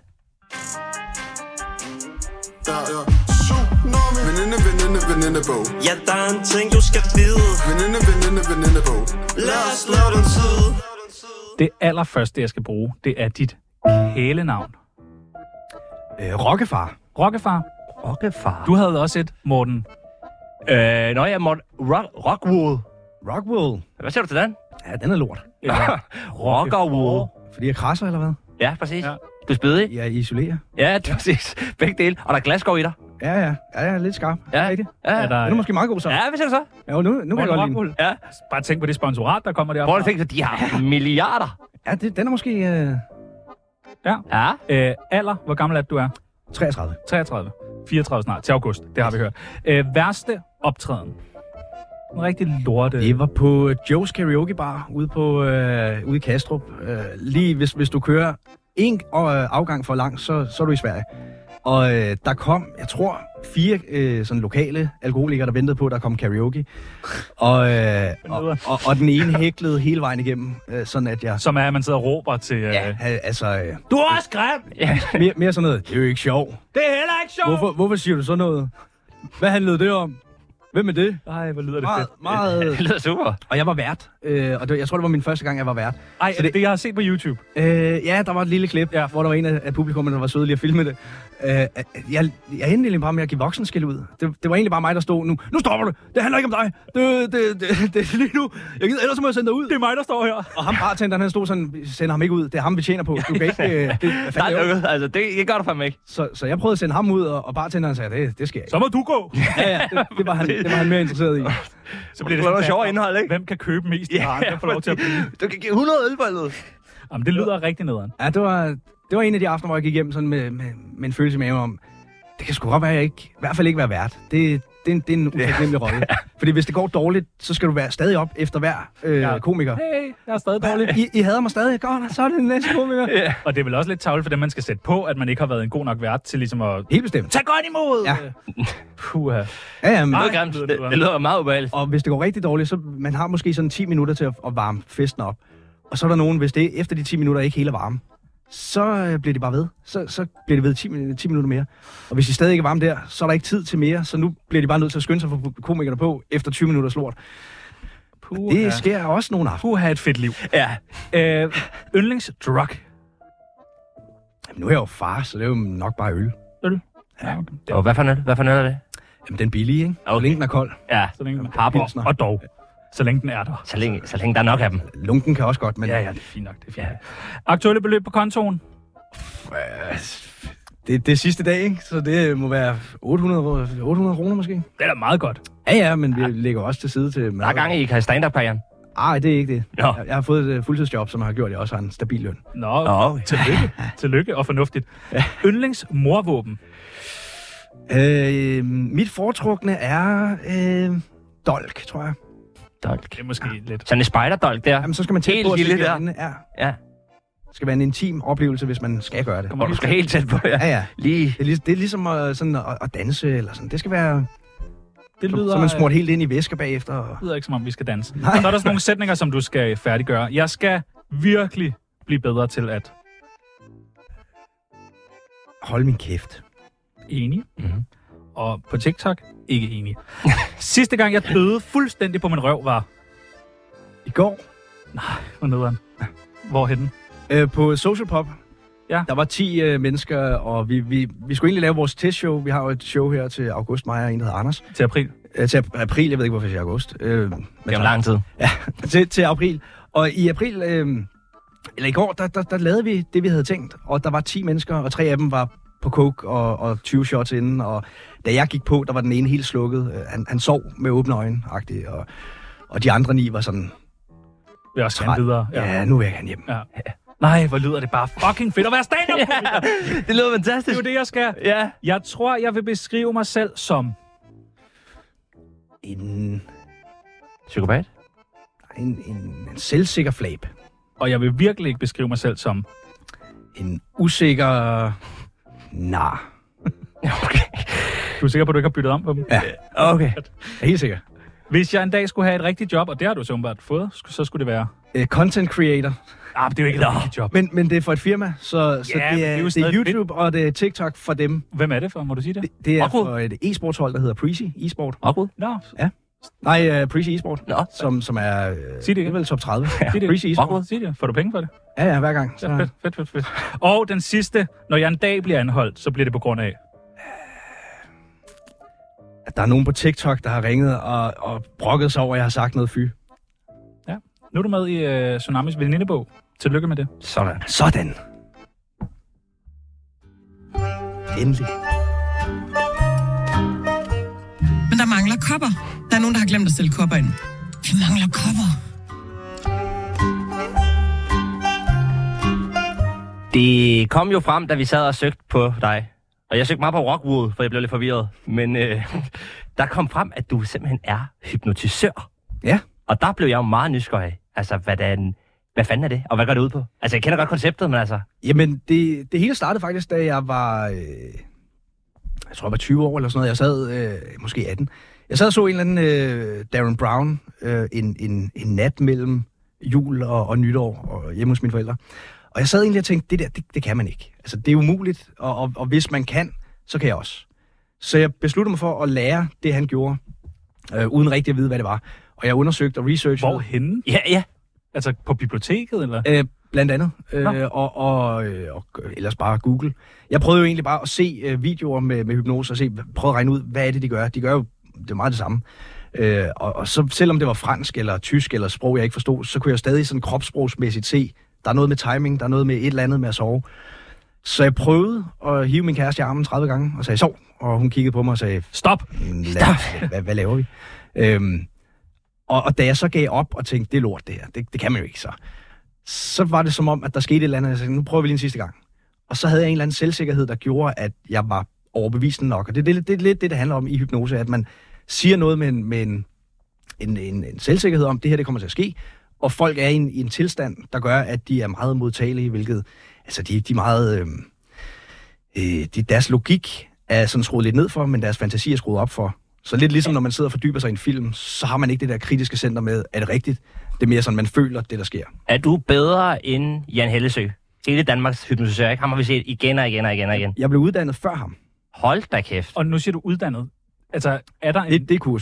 Ja, ja. Tsunami. Veninde, veninde, venindebog. Ja, der er en ting, du skal vide. Veninde, veninde, venindebog. Lad os slå den tid. Det allerførste, jeg skal bruge, det er dit kælenavn. Øh, rockefar. Rockefar. Rockefar. Du havde også et, Morten. Øh, nå ja, Morten. Rock, Rockwool. Rockwool. Hvad siger du til den? Ja, den er lort. Rockerwool. Fordi jeg krasser, eller hvad? Ja, præcis. Ja. Ja. Du er spædig? Jeg isolerer. Ja, det er præcis. Begge dele. Og der er glasgård i dig. Ja, ja. Ja, jeg er lidt skarp. Ja. Rigtigt. Ja, Er der, Den er måske meget god så. ja hvad siger du så? Ja, nu, nu kan jeg godt lide den. Rockwool? Ja. Bare tænk på det sponsorat, der kommer Prøv derfra. at tænke, at de har milliarder. Ja, det, den er måske øh, Ja. Ja. Øh, alder, hvor gammel er du er? treogtredive. treogtredive. fireogtredive snart, til august. Det har vi hørt. Øh, værste optræden. En rigtig lorte. Det var på Joe's Karaoke Bar ude, på, øh, ude i Kastrup. Øh, lige hvis, hvis du kører en øh, afgang for langt, så, så er du i Sverige. Og øh, der kom, jeg tror, fire øh, sådan lokale alkoholikere, der ventede på, at der kom karaoke. Og, øh, og, og, og den ene hæklede hele vejen igennem, øh, sådan at jeg... Som er, at man sidder og råber til... Øh, Ja, altså... Øh, Du er også grim! Ja. mere, mere sådan noget, det er jo ikke sjov. Det er heller ikke sjovt! Hvorfor, hvorfor siger du sådan noget? Hvad handlede det om? Hvem er det? Ej, hvor lyder det Meget, fedt. meget... Det lyder super. Og jeg var vært, øh, og det, jeg tror, det var min første gang, jeg var vært. Ej, Så det, det- det jeg har set på YouTube. Øh, ja, der var et lille klip, ja, hvor der var en af, af publikummet, der var søde lige at filme det. Øh, jeg, jeg endte egentlig bare med at give voksenskæld ud. Det, det var egentlig bare mig, der stod nu. Nu stopper du! Det handler ikke om dig! Det, det, det, det er lige nu! Jeg gider, ellers må jeg sende dig ud! Det er mig, der står her. Og ham bartenderen, han stod sådan, sender ham ikke ud. Det er ham, vi tjener på. Du kan ikke... Øh, det, hvad Der fanden er laver du? lukket. Altså, det, det gør du fandme ikke. så, så jeg prøvede at sende ham ud, og, og bartenderen sagde, det, det sker ikke. Så må du gå. Ja, ja, det, det, var han, det var han mere interesseret i. Så bliver Det var noget sådan, sjovt indhold, ikke? Hvem kan købe mest i baren? Hvem får lov til at blive? Du kan give hundrede øl for noget. Jamen, det lyder rigtig nederen. Ja, det var, det var en af de aftener, hvor jeg gik hjem sådan med, med, med en følelse i maven om, det kan sgu godt være, at jeg ikke, i hvert fald ikke være vært. Det, det, er en, det er en utaknemmelig rolle. Fordi hvis det går dårligt, så skal du være stadig op efter hver øh, Ja. komiker. Hey, jeg er stadig dårlig. I, I hader mig stadig. Godt, så er det den næste komiker. Ja. Og det er vel også lidt tavligt for dem, man skal sætte på, at man ikke har været en god nok vært til ligesom at... Helt bestemt. Tag godt imod! Ja. Puha. Ja, ja, men, Det Ej, er grimt. lyder Det, det det lyder meget ubehageligt. og hvis det går rigtig dårligt, så man har måske sådan ti minutter til at, at varme festen op. Og så er der nogen, hvis det efter de ti minutter ikke hele er varme, så øh, bliver de bare ved. Så, så bliver de ved ti, ti minutter mere. Og hvis de stadig ikke er varme der, så er der ikke tid til mere. Så nu bliver de bare nødt til at skynde sig for komikerne på efter tyve minutters lort. Puh, Det sker også nogle aftener. Puh, et fedt liv. Ja. Øh, yndlingsdrug. Jamen, nu er jeg jo far, så det er jo nok bare øl. Øl? Ja, okay. Og hvad for en øl? Hvad for en øl er det? Jamen, den billige, ikke? Okay. Så længe den er kold. Ja. Så længe den Harbo. er og dog. Så længe den er der. Så længe, så længe der er nok af dem. Lunken kan også godt, men... Ja, ja, det er fint nok. Det er fint. Ja. Aktuelle beløb på kontoen? Det, det er sidste dag, ikke? Så det må være otte hundrede kroner måske. Det er da meget godt. Ja, ja, men vi ja. lægger også til side til... Der er gang i, I kan have stand-up-karrieren. Nej, det er ikke det. Nå. Jeg, jeg har fået et fuldtidsjob, som har gjort, at jeg også har en stabil løn. Nå, okay. tillykke. Tillykke og fornuftigt. Ja. Yndlingsmorvåben? Øh, mit foretrukne er øh, dolk, tror jeg. Dolk. Det er måske lidt... Sådan en spider-dolk der. Jamen, så skal man tæt Helt på, at lille det der. er. Ja. Ja. Det skal være en intim oplevelse, hvis man skal gøre det. Og du skal helt tæt på, ja. Ja, ja. Lige. Det er, lig, det er ligesom at, sådan at, at danse, eller sådan. Det skal være... Det så, lyder, så man smurt helt ind i væsker bagefter. Og... Det lyder ikke, som om vi skal danse. Nej. Og så er der sådan nogle sætninger, som du skal færdiggøre. Jeg skal virkelig blive bedre til at... Hold min kæft. Enig. Mm-hmm. Og på TikTok, ikke enig. Sidste gang, jeg døde fuldstændig på min røv, var... I går, Nej, hvor nederen. Hvorhenne? øh, på Social Pop, Ja. der var ti øh, mennesker, og vi, vi, vi skulle egentlig lave vores testshow. Vi har jo et show her til august, mig og en, der hedder Anders. Til april. Øh, til april, jeg ved ikke, hvorfor jeg siger august. Øh, men Det er om lang tid. Ja, til, til april. Og i april, øh, eller i går, der, der, der lavede vi det, vi havde tænkt. Og der var ti mennesker, og tre af dem var på coke og, og tyve shots inden. Og da jeg gik på, der var den ene helt slukket. Han, han sov med åbne øjne-agtigt, og, og de andre ni var sådan... Vi er også gerne videre. Ja. ja, nu vil jeg gerne hjem. Ja. Nej, hvor lyder det bare fucking fedt at være stand-up. Ja, det lyder Det fantastisk. er jo det, jeg skal. Ja. Jeg tror, jeg vil beskrive mig selv som... En, Psykopat? en, en, en selvsikker flab. Og jeg vil virkelig ikke beskrive mig selv som... En usikker... nar. Okay. Du er sikker på, at du ikke har byttet om på dem? Ja, Okay. jeg er helt sikker. Hvis jeg en dag skulle have et rigtigt job, og det har du så umiddelbart fået, så skulle det være... Uh, content creator. Ah, men det er jo ikke et rigtigt job. Men, men det er for et firma, så, så Ja, men det, det er, er jo det er stadig YouTube og det er TikTok for dem. Hvem er det for? Må du sige det? Det, det er Rockwood. for et e-sportshold, der hedder Prezi e-sport. Rockwood? Nå, Nej, uh, Prezi e-sport, Nå. som, som er, uh, Sig det det er igen. vel top tredive. sig det. Prezi e-sport. Rockwood, sig det. Får du penge for det? Ja, ja, hver gang. Så, Ja, fedt, fedt, fedt, fedt. Og den sidste, når jeg en dag bliver anholdt, så bliver det på grund af... at der er nogen på TikTok, der har ringet og, og brokket sig over, at jeg har sagt noget fy. Nu er du med i uh, Tsunamis venindebog. Tillykke med det. Sådan. Sådan. Endelig. Men der mangler kopper. Der er nogen, der har glemt at stille kopper ind. Vi mangler kopper. Det kom jo frem, da vi sad og søgte på dig. Og jeg søgte meget på Rockwood, for jeg blev lidt forvirret. Men øh, der kom frem, at du simpelthen er hypnotisør. Ja. Og der blev jeg jo meget nysgerrig. Altså, hvordan, hvad fanden er det? Og hvad går det ud på? Altså, jeg kender godt konceptet, men altså... Jamen, det, det hele startede faktisk, da jeg var... Øh, jeg tror, jeg var tyve år eller sådan noget. Jeg sad øh, måske atten. Jeg sad og så en eller anden øh, Darren Brown øh, en, en, en nat mellem jul og, og nytår og hjemme hos mine forældre. Og jeg sad egentlig og tænkte, det der, det, det kan man ikke. Altså, det er umuligt, og, og, og hvis man kan, så kan jeg også. Så jeg besluttede mig for at lære det, han gjorde, øh, uden rigtig at vide, hvad det var. Og jeg undersøgte og researchede. Hvorhenne? Ja, ja. Altså på biblioteket, eller? Øh, blandt andet. Øh, Nå. og, og, øh, og ellers bare Google. Jeg prøvede jo egentlig bare at se øh, videoer med, med hypnose og se, prøve at regne ud, hvad er det, de gør. De gør jo det er meget det samme. Øh, og, og så selvom det var fransk eller tysk eller sprog, jeg ikke forstod, så kunne jeg stadig sådan kropssprogsmæssigt se, der er noget med timing, der er noget med et eller andet med at sove. Så jeg prøvede at hive min kæreste i armen tredive gange og sagde, sov. Og hun kiggede på mig og sagde, Stop! Stop. Hvad, hvad laver vi? Øhm, og, og da jeg så gav op og tænkte, det er lort det her, det, det kan man jo ikke så. Så var det som om, at der skete et eller andet, og jeg sagde, nu prøver vi lige en sidste gang. Og så havde jeg en eller anden selvsikkerhed, der gjorde, at jeg var overbevisende nok. Og det er det, det, det, det, det handler om i hypnose, at man siger noget med en, med en, en, en, en selvsikkerhed om, det her det kommer til at ske, og folk er i en, i en tilstand, der gør, at de er meget modtagelige, hvilket, altså de, de er meget, øh, øh, de, deres logik er sådan skruet lidt ned for, men deres fantasi er skruet op for. Så lidt ligesom når man sidder og fordyber sig i en film, så har man ikke det der kritiske center med, er det rigtigt? Det er mere sådan, man føler det, der sker. Er du bedre end Jan Hellesø? Hele Danmarks hypnotisør, ikke? Ham har vi set igen og igen og igen og igen. Jeg blev uddannet før ham. Hold da kæft. Og nu siger du uddannet. Altså, er der en... Det, det er kursus.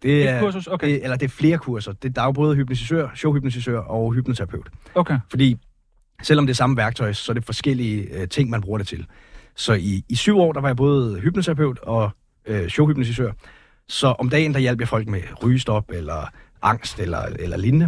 Det Et er, kursus? Okay. det, eller det er flere kurser. Det, der er jo både hypnotisør, showhypnotisør og hypnoterapeut. Okay. Fordi selvom det er samme værktøj, så er det forskellige øh, ting, man bruger det til. Så i, i syv år, der var jeg både hypnoterapeut og øh, showhypnotisør. Så om dagen, der hjalp jeg folk med rygestop, eller angst, eller, eller lignende.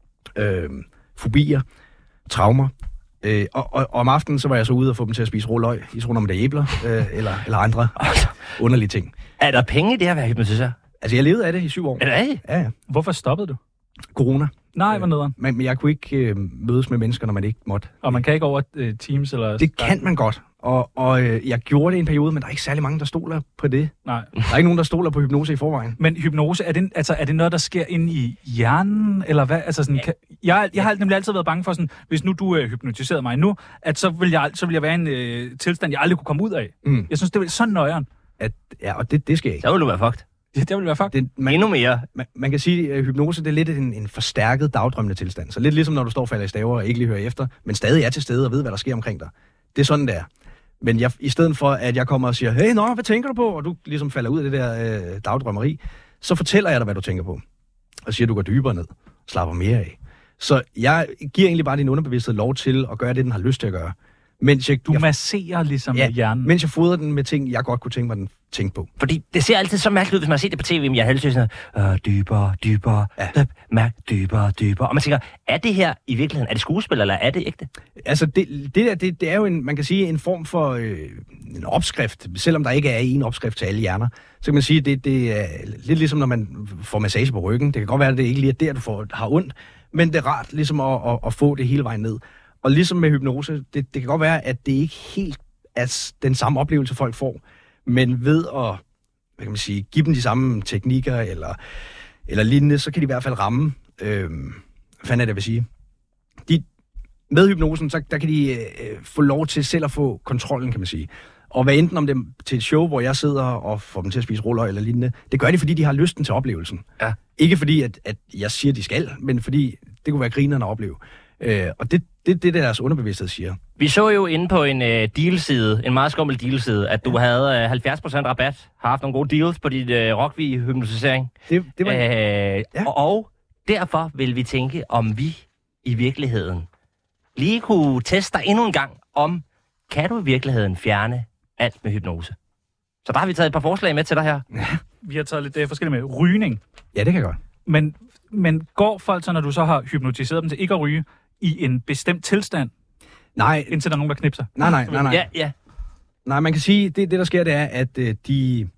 Øh, fobier, traumer. Øh, og, og, og om aftenen, så var jeg så ude og få dem til at spise rå løg, i sådan med æbler, øh, eller, eller andre underlige ting. Er der penge i det her at være hypnotisør? Altså, jeg levede af det i syv år. Er det rigtigt? Ja, ja. Hvorfor stoppede du? Corona. Nej, hvor nederen. Men, men jeg kunne ikke øh, mødes med mennesker, når man ikke måtte. Og man kan ikke over øh, Teams eller... Det kan man godt. Og, og øh, jeg gjorde det i en periode, men der er ikke særlig mange, der stoler på det. Nej. Der er ikke nogen, der stoler på hypnose i forvejen. Men hypnose, er det, altså, er det noget, der sker inde i hjernen? Eller hvad? Altså, sådan, kan, jeg, jeg har nemlig altid været bange for, sådan, hvis nu du øh, hypnotiserede mig nu, at så vil jeg, så vil jeg være i en øh, tilstand, jeg aldrig kunne komme ud af. Mm. Jeg synes, det er så nøjeren. At, ja, og det, det skal jeg ikke. Så vil du være fucked. Ja, det vil være fuck. Det, man, Endnu mere. man, man kan sige, at hypnose det er lidt en, en forstærket dagdrømmende tilstand. Så lidt ligesom når du står og falder i staver og ikke lige hører efter, men stadig er til stede og ved, hvad der sker omkring dig. Det er sådan, det er. Men jeg, i stedet for, at jeg kommer og siger, hey, nå, hvad tænker du på? Og du ligesom falder ud af det der øh, dagdrømmeri, så fortæller jeg dig, hvad du tænker på. Og siger, at du går dybere ned, slapper mere af. Så jeg giver egentlig bare din underbevidsthed lov til at gøre det, den har lyst til at gøre. Mens jeg, Du jeg, masserer ligesom ja, med hjernen. mens jeg fodrer den med ting, jeg godt kunne tænke mig, den tænke på. Fordi det ser altid så mærkeligt ud, hvis man har set det på tv, men jeg har altid sådan noget, øh, dybere, dybere, Ja. ja. mærk, dybere, dybere. Og man tænker, er det her i virkeligheden, er det skuespil, eller er det ægte? Altså, det, det der, det, det er jo en, man kan sige, en form for øh, en opskrift. Selvom der ikke er en opskrift til alle hjerner, så kan man sige, det, det er lidt ligesom, når man får massage på ryggen. Det kan godt være, at det ikke lige er der, du får, har ondt, men det er rart ligesom at, at, at få det hele vejen ned. Og ligesom med hypnose, det, det kan godt være, at det ikke helt er den samme oplevelse, folk får, men ved at, hvad kan man sige, give dem de samme teknikker eller, eller lignende, så kan de i hvert fald ramme, øh, hvad fanden er det, jeg vil sige. De, med hypnosen, så der kan de øh, få lov til selv at få kontrollen, kan man sige. Og hvad enten om det til et show, hvor jeg sidder og får dem til at spise råløg eller lignende, det gør de, fordi de har lysten til oplevelsen. Ja. Ikke fordi, at, at jeg siger, at de skal, men fordi det kunne være grinerne at opleve. Øh, og det er det, det, deres underbevidsthed siger. Vi så jo inde på en øh, dealside, en meget skummel dealside, at du ja. havde øh, halvfjerds procent rabat, har haft nogle gode deals på dit øh, Rockvig-hypnotisering. Det, det var Øh, ja. og, og derfor vil vi tænke, om vi i virkeligheden lige kunne teste dig endnu en gang, om kan du i virkeligheden fjerne alt med hypnose? Så der har vi taget et par forslag med til dig her. Vi har taget lidt øh, forskellige med. Rygning. Ja, det kan jeg godt. Men, men går folk så, når du så har hypnotiseret dem til ikke at ryge, i en bestemt tilstand, Nej, indtil der er nogen, der knipser? nej, nej, nej, nej. Ja, ja. Nej, man kan sige, det, det der sker, det er, at øh, de,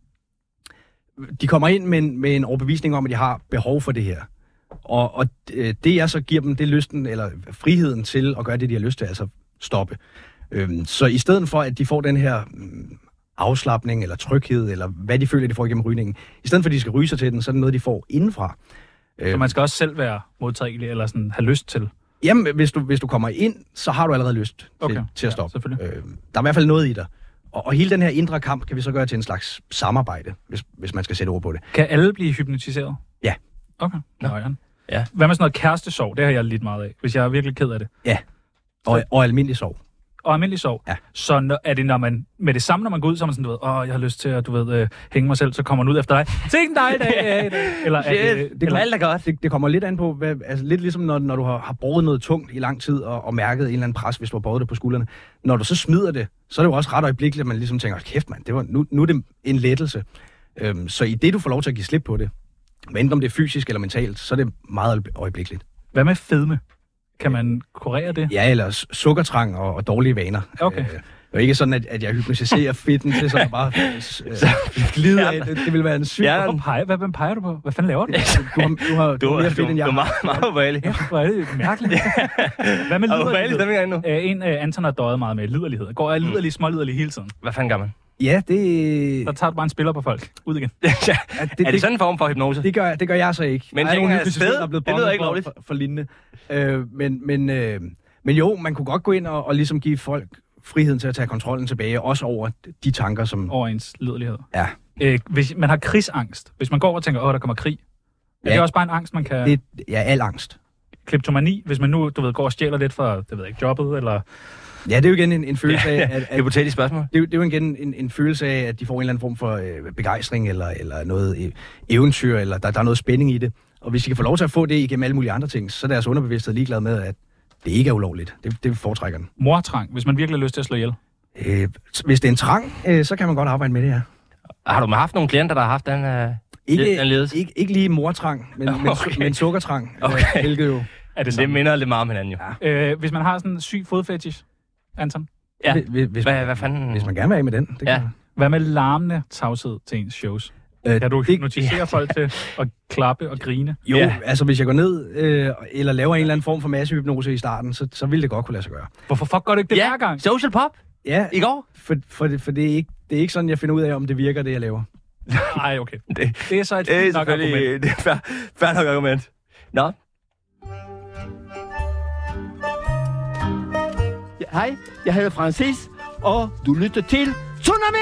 de kommer ind med en, med en overbevisning om, at de har behov for det her. Og, og øh, det jeg så giver dem, det er lysten, eller friheden til at gøre det, de har lyst til, altså stoppe. Øhm, så i stedet for, at de får den her mm, afslapning, eller tryghed, eller hvad de føler, de får igennem rygningen, i stedet for, at de skal ryge sig til den, så er det noget, de får indenfra. Så man skal også selv være modtagelig, eller sådan have lyst til? Jamen, hvis du, hvis du kommer ind, så har du allerede lyst til, Okay. til at Ja, stoppe. selvfølgelig. Øh, der er i hvert fald noget i dig. Og, og hele den her indre kamp kan vi så gøre til en slags samarbejde, hvis, hvis man skal sætte ord på det. Kan alle blive hypnotiseret? Ja. Okay. Nå. Nå. Ja. Hvad med sådan noget kærestesorg? Det har jeg lidt meget af, hvis jeg er virkelig ked af det. Ja. Og, og almindelig sov. Og almindelig sorg. Ja. Så når, er det, når man med det samme, når man går ud, så er man sådan, du ved, åh, jeg har lyst til at, du ved, øh, hænge mig selv, så kommer man ud efter dig. Se en dejlig dag, ja, i dag. Eller er det, Shit, det eller, går alt er godt. Det, det kommer lidt an på, hvad, altså lidt ligesom når, når du har, har båret noget tungt i lang tid, og, og mærket en eller anden pres, hvis du har båret det på skuldrene. Når du så smider det, så er det jo også ret øjeblikkeligt, at man ligesom tænker, kæft mand, det var, nu, nu er det en lettelse. Øhm, så i det, du får lov til at give slip på det, hvad enten om det er fysisk eller mentalt, så er det meget øjeblikkeligt. Hvad med fedme? Kan man kurere det? Ja, eller s- sukkertrang og, og dårlige vaner. Okay. Øh, det er ikke sådan, at, at jeg hypnotiserer fedten til sådan at bare øh, glide af. Det, det vil være en syg... Ja. Hvor peger, hvad, hvem peger du på? Hvad fanden laver du? Du har, du har, du Du, har mere du, fedt, du, end jeg du er har. meget, meget ubehagelig. Ja, hvor er det mærkeligt. Hvad med Og ubehagelig liderlighed? stemning endnu. Øh, en øh, Anton har døjet meget med liderlighed. Går jeg liderlig, småliderlig hele tiden? Hvad fanden gør man? Ja, det... Der tager du bare en spiller på folk. Ud igen. ja. Ja, det, Er det sådan en form for hypnose? Det gør, det gør jeg så ikke. Men Der er ting nogle er hypnotisører, sted. der er blevet Det lyder bondet ikke for, lovligt. for, for lignende. Øh, men, men, øh, men jo, man kunne godt gå ind og, og ligesom give folk friheden til at tage kontrollen tilbage, også over de tanker, som... Over ens liderlighed. Ja, Øh, hvis man har krigsangst, hvis man går og tænker, åh, der kommer krig, er Ja. det også bare en angst, man kan... det ja, al angst. Kleptomani, hvis man nu, du ved, går og stjæler lidt fra, det ved jeg ikke, jobbet, eller Ja, det er jo igen en, en følelse af... At, at, Hypotetisk spørgsmål. det, er jo, det er jo igen en, en følelse af, at de får en eller anden form for øh, begejstring, eller, eller noget øh, eventyr, eller der, der er noget spænding i det. Og hvis de kan få lov til at få det igennem alle mulige andre ting, så er deres underbevidsthed ligeglad med, at det ikke er ulovligt. Det, det foretrækker den. Mortrang, hvis man virkelig har lyst til at slå ihjel. Øh, hvis det er en trang, øh, så kan man godt arbejde med det her. Har du haft nogle klienter, der har haft den, øh, Ikke, den ledelse? ikke, ikke lige mortrang, men, okay. men, men sukkertrang. Okay. Øh, hvilket jo... Er det Det sådan? minder lidt meget om hinanden, jo. Ja. Øh, hvis man har sådan en syg fodfetish, Anton. Ja. Hvis, hvis, Hvad, man, hvad fanden? hvis man gerne vil af med den. Det Ja. kan man. Hvad med larmende tavshed til ens shows? Øh, Kan du det- hypnotisere folk til at klappe og grine? Jo, Ja. ja. altså hvis jeg går ned øh, eller laver en eller anden form for massehypnose i starten, så, så vil det godt kunne lade sig gøre. Hvorfor fuck gør du ikke det Ja, hver gang? Social pop Ja, i går. for, for, det, for det, er ikke, det er ikke sådan, jeg finder ud af, om det virker, det jeg laver. Nej, okay. Det, Det er så et det er fint nok argument. selvfølgelig det er fair, fair nok argument. Nå. Ja, hej, jeg hedder Francis, og du lytter til Tsunami!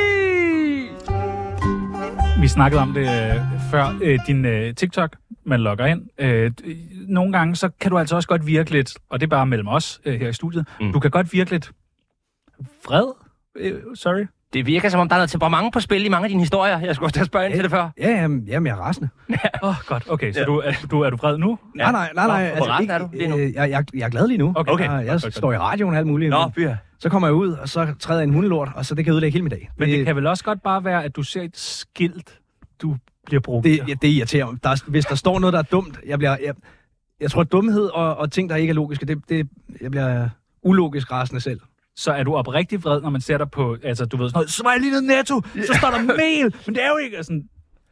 Vi snakkede om det øh, før. Øh, din øh, TikTok, man logger ind. Øh, d- nogle gange, så kan du altså også godt virke lidt, og det er bare mellem os øh, her i studiet, Mm. du kan godt virke lidt vred. Øh, sorry. Det virker, som om der er noget temperament på spil i mange af dine historier. Jeg skulle også have spørget ind til det før. Ja, jamen, jamen jeg er rasende. Åh, oh, godt. Okay, så Ja. du, er, du, er du vred nu? Nej, nej, nej, nej. Nå, hvor rasende er du lige nu? øh, jeg, jeg, jeg er glad lige nu. Okay. Okay. Jeg, jeg Godt, godt, står i radioen og alt muligt. Nå, men fyr. Så kommer jeg ud, og så træder jeg en hundelort, og så det kan ødelægge hele min dag. Men det kan vel også godt bare være, at du ser et skilt, du bliver brugt. det, ja, det irriterer mig. Der er, hvis der står noget, der er dumt, jeg bliver... Jeg, jeg tror, at dumhed og, og ting, der ikke er logiske, det, det, jeg bliver ulogisk rasende selv. Så er du oprigtig vred, når man ser dig på, altså du ved sådan noget, så var jeg lige nede i Netto, så står der mel, men det er jo ikke sådan,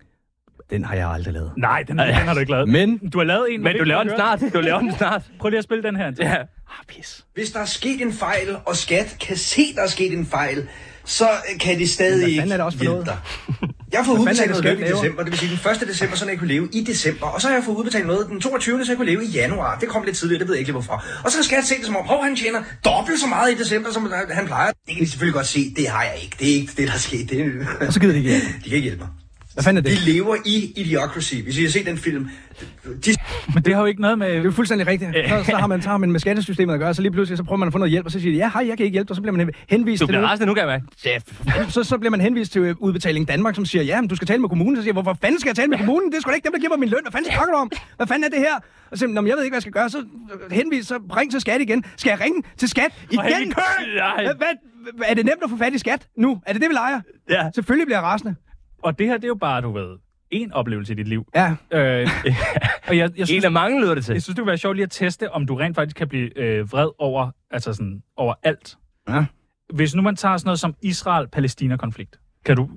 Den har jeg aldrig lavet. nej, den, den har du ikke lavet. Men Du har lavet en, Men du laver den den snart. Du laver den snart. Prøv lige at spille den her. Anton. Ja. Ah, pis. Hvis der er sket en fejl, og skat kan se, der er sket en fejl, så kan de stadig Hvad ikke fanden er det også for hjælpe noget? dig. Jeg har fået Hvad udbetalt fanden er noget det, løn i skat laver? december, det vil sige den første december, så jeg kunne leve i december. Og så har jeg fået udbetalt noget den toogtyvende så jeg kunne leve i januar. Det kom lidt tidligere, det ved jeg ikke lige hvorfor. Og så har skat set det som om, hov, han tjener dobbelt så meget i december, som han plejer. Det kan de selvfølgelig godt se, det har jeg ikke. Det er ikke det, der er sket. Det er... og så gider det ikke hjælpe. De kan ikke hjælpe mig. Hvad fanden er De det? lever i Idiocracy. Hvis I har set den film, de Men det har jo ikke noget med... Det er jo fuldstændig rigtigt. Så, så, har man, så har man med skattesystemet at gøre, så lige pludselig så prøver man at få noget hjælp, og så siger de, ja, hej, jeg kan ikke hjælpe dig, så bliver man henvist Du til bliver noget. rasende nu, kan jeg mærke. Så, så bliver man henvist til Udbetaling Danmark, som siger, ja, men du skal tale med kommunen. Så siger jeg, hvorfor fanden skal jeg tale med kommunen? Det er sgu da ikke dem, der giver mig min løn. Hvad fanden snakker du om? Hvad fanden er det her? Og så, når jeg ved ikke, hvad jeg skal gøre, så henvis, så ring til skat igen. Skal jeg ringe til skat igen? Nej. Hvad, hvad, er det nemt at få fat i skat nu? Er det det, vi leger? Ja. Selvfølgelig bliver jeg rasende. Og det her, det er jo bare, du ved, en oplevelse i dit liv. Ja. Øh, og jeg, jeg, En synes, af mange lyder det til. jeg synes, det kunne være sjovt lige at teste, om du rent faktisk kan blive øh, vred over, altså sådan, over alt. Ja. Hvis nu man tager sådan noget som Israel-Palæstina-konflikt, kan du...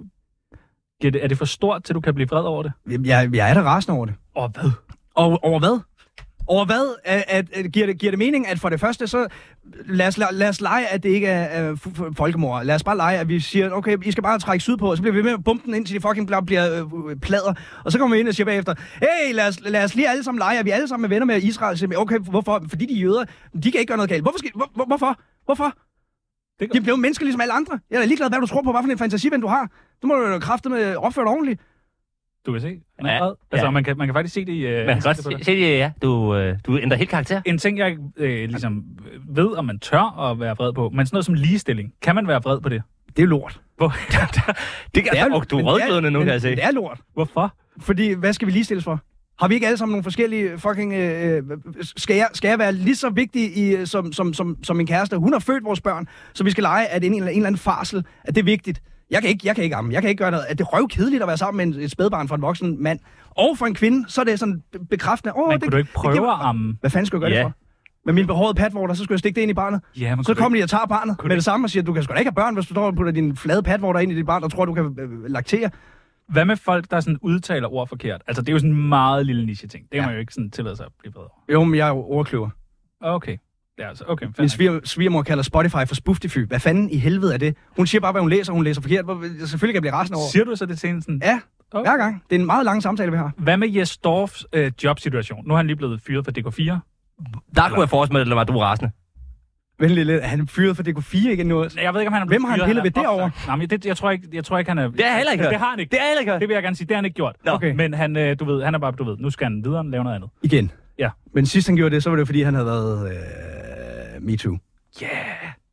Er det for stort, til du kan blive vred over det? Jeg, jeg er da rasende over det. Og hvad? Og over hvad? Over hvad? At, at, at, giver, det, giver det mening, at for det første, så lad os, lad os lege, at det ikke er uh, f- f- folkemord. Lad os bare lege, at vi siger, okay, I skal bare trække sydpå, og så bliver vi ved med at bumpe den, indtil de fucking bliver, bliver uh, plader. Og så kommer vi ind og siger bagefter, hey, lad os, lad os lige alle sammen lege, at vi alle sammen er venner med Israel. Så, okay, hvorfor? Fordi de er jøder, de kan ikke gøre noget galt. Hvorfor? Skal, hvor, hvor, hvorfor? Hvorfor? Det De bliver jo mennesker ligesom alle andre. Jeg er ligeglad, hvad du tror på, hvad for en fantasiven du har. Du må jo kræfte med opføre dig ordentligt. Du kan se, han er Ja, vred. Altså, ja. man, kan, man kan faktisk se det i... Uh, Man kan godt se, se det, ja. Du, øh, du ændrer helt karakter. En ting, jeg øh, ligesom ved, om man tør at være vred på, men sådan noget som ligestilling, kan man være vred på det? Det er lort. Hvor, Det kan, og du er men det rødglødende nu, men kan jeg se. Det er lort. hvorfor? Fordi, hvad skal vi ligestilles for? Har vi ikke alle sammen nogle forskellige fucking... Øh, skal, jeg, skal jeg være lige så vigtig i, som, som, som, som min kæreste? Hun har født vores børn, så vi skal lege, at en, en eller anden farsel, at det er vigtigt. Jeg kan ikke, jeg kan ikke amme, jeg kan ikke gøre noget. At det er røvkedeligt at være sammen med en, et spædbarn for en voksen mand. Og for en kvinde, så er det sådan bekræftende. Åh, Men det, kunne du ikke det prøve giver- at amme? Hvad fanden skulle jeg gøre Ja. det for? Med min behårede patvorter, så skulle jeg stikke det ind i barnet. Ja, men Så kunne du kommer de og tager barnet kunne med du- det samme og siger, du kan sgu da ikke have børn, hvis du står og putter din flade patvorter ind i dit barn og tror, du kan øh, laktere. Hvad med folk, der sådan udtaler ord forkert? Altså, det er jo sådan en meget lille niche-ting. Det kan Ja. man jo ikke sådan tillade sig at blive vred over. Jo, men jeg er jo ordkløver. Okay. Ja, altså, okay. Min fair nok. sviger, svigermor kalder Spotify for Spooftify. Hvad fanden i helvede er det? Hun siger bare, hvad hun læser, hun læser forkert. Hvor- Selvfølgelig kan jeg blive rasende over. Siger du så det til hende sådan? Ja, Okay. hver gang. Det er en meget lang samtale, vi har. Hvad med Jes Dorfs øh, jobsituation? Nu er han lige blevet fyret fra D K fire. Der kunne jeg forestille mig, at du er rasende. Vent lidt, er han fyret for D K fire igen nu? Jeg ved ikke, om han er Hvem blevet har han fyret. pillet ved er derovre? opsagt. Nej, men det, jeg, tror ikke, jeg tror ikke, han er... Det har jeg heller ikke hørt. Det har han ikke. Det har jeg heller ikke hørt. Det vil jeg gerne sige, det har han ikke gjort. Nå. Okay. Men han, øh, du ved, han er bare, du ved, nu skal han videre lave noget andet. Igen. Ja. Men sidst han gjorde det, så var det fordi, han havde været øh, MeToo. Yeah.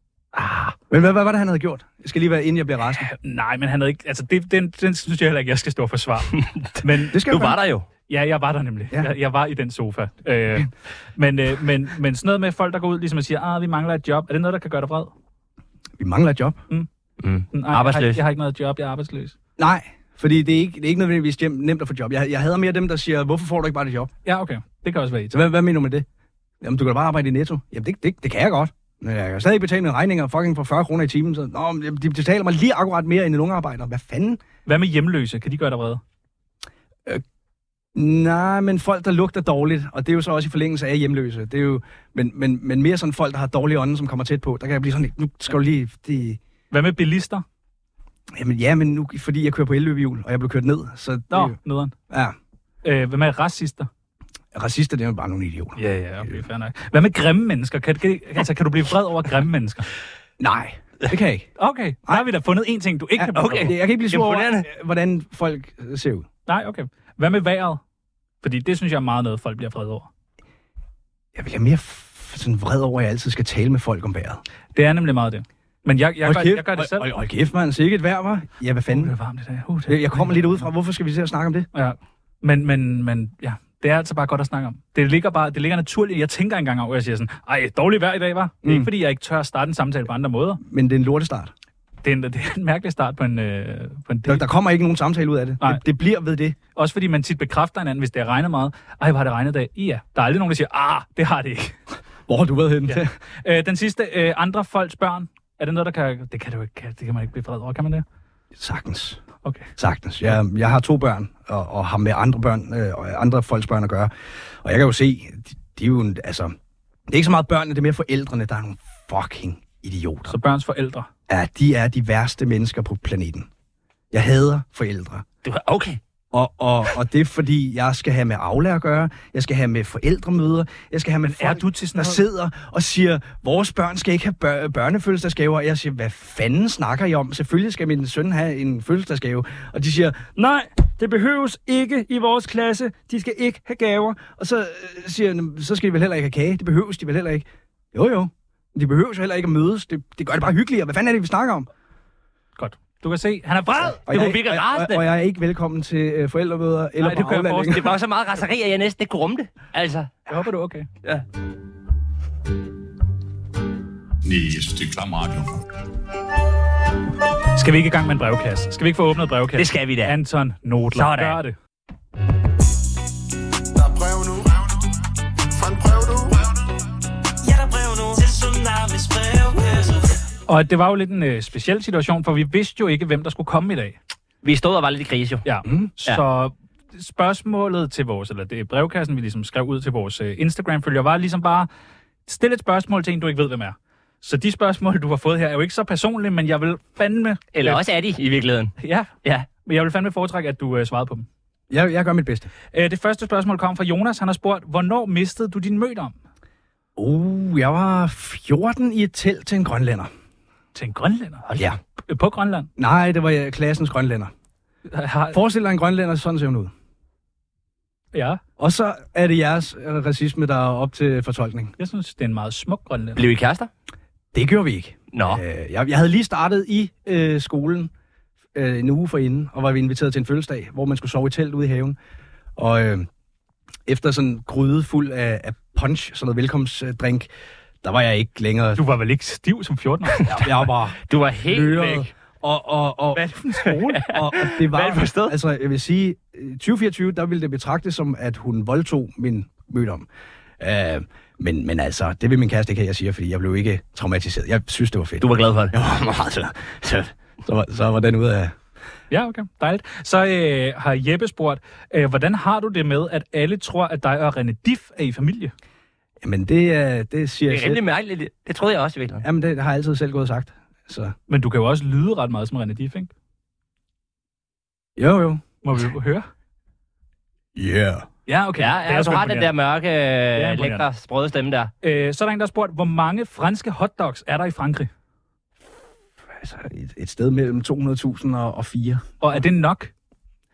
Men hvad, hvad var det, han havde gjort? Jeg skal lige være, inden jeg bliver rasende. Nej, men han havde ikke... Altså, det, den, den synes jeg heller ikke, jeg skal stå og forsvare. Men Det skal Du jo var være. der jo. ja, jeg var der nemlig. Ja. Jeg, jeg var i den sofa. Øh, men, øh, men, men sådan noget med folk, der går ud ligesom og siger, ah, vi mangler et job. Er det noget, der kan gøre dig vred? Vi mangler et job. Mm. Nej, Arbejdsløs. Jeg har, jeg har ikke noget job, jeg er arbejdsløs. Nej, fordi det er ikke, det er ikke nødvendigvis hjem, nemt at få job. Jeg, jeg hader mere dem, der siger, hvorfor får du ikke bare et job? Ja, okay. Det kan også være i. Så hvad, hvad mener du med det? Jamen, du kan da bare arbejde i Netto. Jamen, det, det, det kan jeg godt. Men jeg kan stadig ikke betale mine regninger fucking for fyrre kroner i timen. Så, nå, men de betaler mig lige akkurat mere end en unge arbejder. Hvad fanden? Hvad med hjemløse? Kan de gøre dig vrede? Nej, men folk, der lugter dårligt, og det er jo så også i forlængelse af hjemløse. Det er jo, men, men, men mere sådan folk, der har dårlige ånde, som kommer tæt på. Der kan jeg blive sådan, nu skal du lige... Det, Hvad med bilister? jamen, ja, men nu, fordi jeg kører på elløbehjul, og jeg blev kørt ned. Så det, Nå, nederen. ja, Øh, hvad med racister? racister, det er jo bare nogle idioter. Ja, ja, okay, fair nok. Hvad med grimme mennesker? Kan, kan, altså, kan du blive vred over grimme mennesker? Nej, det kan jeg ikke. Okay, der har vi da fundet en ting, du ikke kan blive okay. vred over. Jeg kan ikke blive sur over, Imponerende. øh, hvordan folk øh, ser ud. Nej, okay. Hvad med vejret? Fordi det synes jeg er meget noget, folk bliver vred over. Jeg bliver mere f- sådan vred over, at jeg altid skal tale med folk om vejret. Det er nemlig meget det. Men jeg, jeg, Hold gør, kæft, jeg gør det selv. Hold, hold kæft, man. Sikke et vejr, var. Ja, hvad Uh, fanden? det er varmt i dag. Uh, det Jeg jeg kommer lidt ud fra, hvorfor skal vi til at snakke om det? Ja. Men, men, men ja, det er altså bare godt at snakke om. Det ligger bare, det ligger naturligt. Jeg tænker engang over, at jeg siger sådan, ej, dårligt vejr i dag, var. Det er Mm. ikke, fordi jeg ikke tør at starte en samtale på andre måder. Men det er en lortestart. Det er en, det er en mærkelig start på en, øh, på en Der, date. der kommer ikke nogen samtale ud af det. Nej. det. Det bliver ved det. Også fordi man tit bekræfter hinanden, hvis det har regnet meget. Ej, hvor har det regnet i dag? Ja, der er aldrig nogen, der siger, ah, det har det ikke. Hvor har du været henne? Ja. øh, den sidste, øh, andre folks børn. Er det noget, der kan... Det kan, du ikke, det kan man ikke blive vred over, kan man det? Sagtens. Okay. Sagtens. Jeg, jeg har to børn, og, og har med andre børn, øh, og andre folks børn at gøre. Og jeg kan jo se, de, de er jo, en- altså... Det er ikke så meget børnene, det er mere forældrene, der er nogle fucking idioter. Så børns forældre. Ja, de er de værste mennesker på planeten. Jeg hader forældre. Du er okay. Og, og, og det er, fordi jeg skal have med Aula at gøre, jeg skal have med forældremøder, jeg skal have med Men er folk, du til sådan der noget? sidder og siger, vores børn skal ikke have bør- børnefødselsdagsgaver. Og jeg siger, hvad fanden snakker I om? Selvfølgelig skal min søn have en fødselsdagsgave. Og de siger, nej, det behøves ikke i vores klasse. De skal ikke have gaver. Og så øh, siger jeg, så skal de vel heller ikke have kage. Det behøves de vel heller ikke. Jo, jo. Men de behøver jo heller ikke at mødes. Det, det gør det bare hyggeligere. Hvad fanden er det, vi snakker om? Godt. Du kan se, han er vred. Og Det jeg, må virke og, og, rasende. og jeg er ikke velkommen til øh, forældremøder eller Nej, det på kan jeg Aula forestille Det var så meget raseri, at jeg næsten ikke kunne rumme det. Altså, Jeg håber, du er okay. ja. Nej, jeg synes, det er klam radio. Skal vi ikke i gang med en brevkasse? Skal vi ikke få åbnet brevkassen? Det skal vi da. Anton Nodler, Sådan. gør det. Der er brev nu. Fra en brev nu. Ja, der er brev nu til Tsunamis brevkasse. Og det var jo lidt en øh, speciel situation, for vi vidste jo ikke, hvem der skulle komme i dag. Vi stod og var lidt i krise, jo. Ja, mm. Så spørgsmålet til vores, eller det er brevkassen, vi ligesom skrev ud til vores øh, Instagram-følger, var ligesom bare, stil et spørgsmål til en, du ikke ved, hvem er. Så de spørgsmål, du har fået her, er jo ikke så personlige, men jeg vil fandme... Eller øh, også er de i virkeligheden. Ja, Ja. men jeg vil fandme foretrække, at du øh, svarede på dem. Jeg, jeg gør mit bedste. Øh, det første spørgsmål kom fra Jonas. Han har spurgt, hvornår mistede du din mødom? Uh, jeg var fjorten i et telt til en grønlænder. Til en grønlænder? Ja. Øh, På Grønland? Nej, det var øh, klassens grønlænder. Har- Forestil dig en grønlænder, sådan ser hun ud. Ja, Og så er det jeres øh, racisme, der er op til fortolkning. jeg synes, det er en meget smuk grønlænder. Blev I kærester? Det gjorde vi ikke. Nå. Øh, jeg, jeg havde lige startet i øh, skolen øh, en uge forinden, og var vi inviteret til en fødselsdag, hvor man skulle sove i telt ude i haven. Og øh, efter sådan en gryde fuld af, af punch, sådan noget velkomstdrink, der var jeg ikke længere... Du var vel ikke stiv som fjorten-årig? Jeg, jeg var Du var helt løret. væk. Og, og, og, Hvad er det for en skole? og, og det var... Hvad er det for et sted? Altså, jeg vil sige, tyve fireogtyve, der ville det betragtes som, at hun voldtog min mødom. Uh, men, men altså, det vil min kæreste ikke have, jeg siger, fordi jeg blev ikke traumatiseret. Jeg synes, det var fedt. Du var glad for det. Jeg var meget så, så, så, var, så var den ude af... Ja, okay. Dejligt. Så øh, har Jeppe spurgt, øh, hvordan har du det med, at alle tror, at dig og René Diff er i familie? Jamen, det, er- det siger Det jeg er selv. rimelig mærkeligt. Det troede jeg også i virkeligheden. Jamen, det har jeg altid selv gået og sagt. Så, Men du kan jo også lyde ret meget som René Diff, ikke? jo, jo. Må vi høre? Yeah. Ja, okay. Ja, Det er ja, sgu du har den der imponerende. mørke, imponerende. lækre, sprøde stemme der. Øh, så er der en, der har spurgt, hvor mange franske hotdogs er der i Frankrig? Altså, et, et sted mellem to hundrede tusind og, og fire. Og er det nok?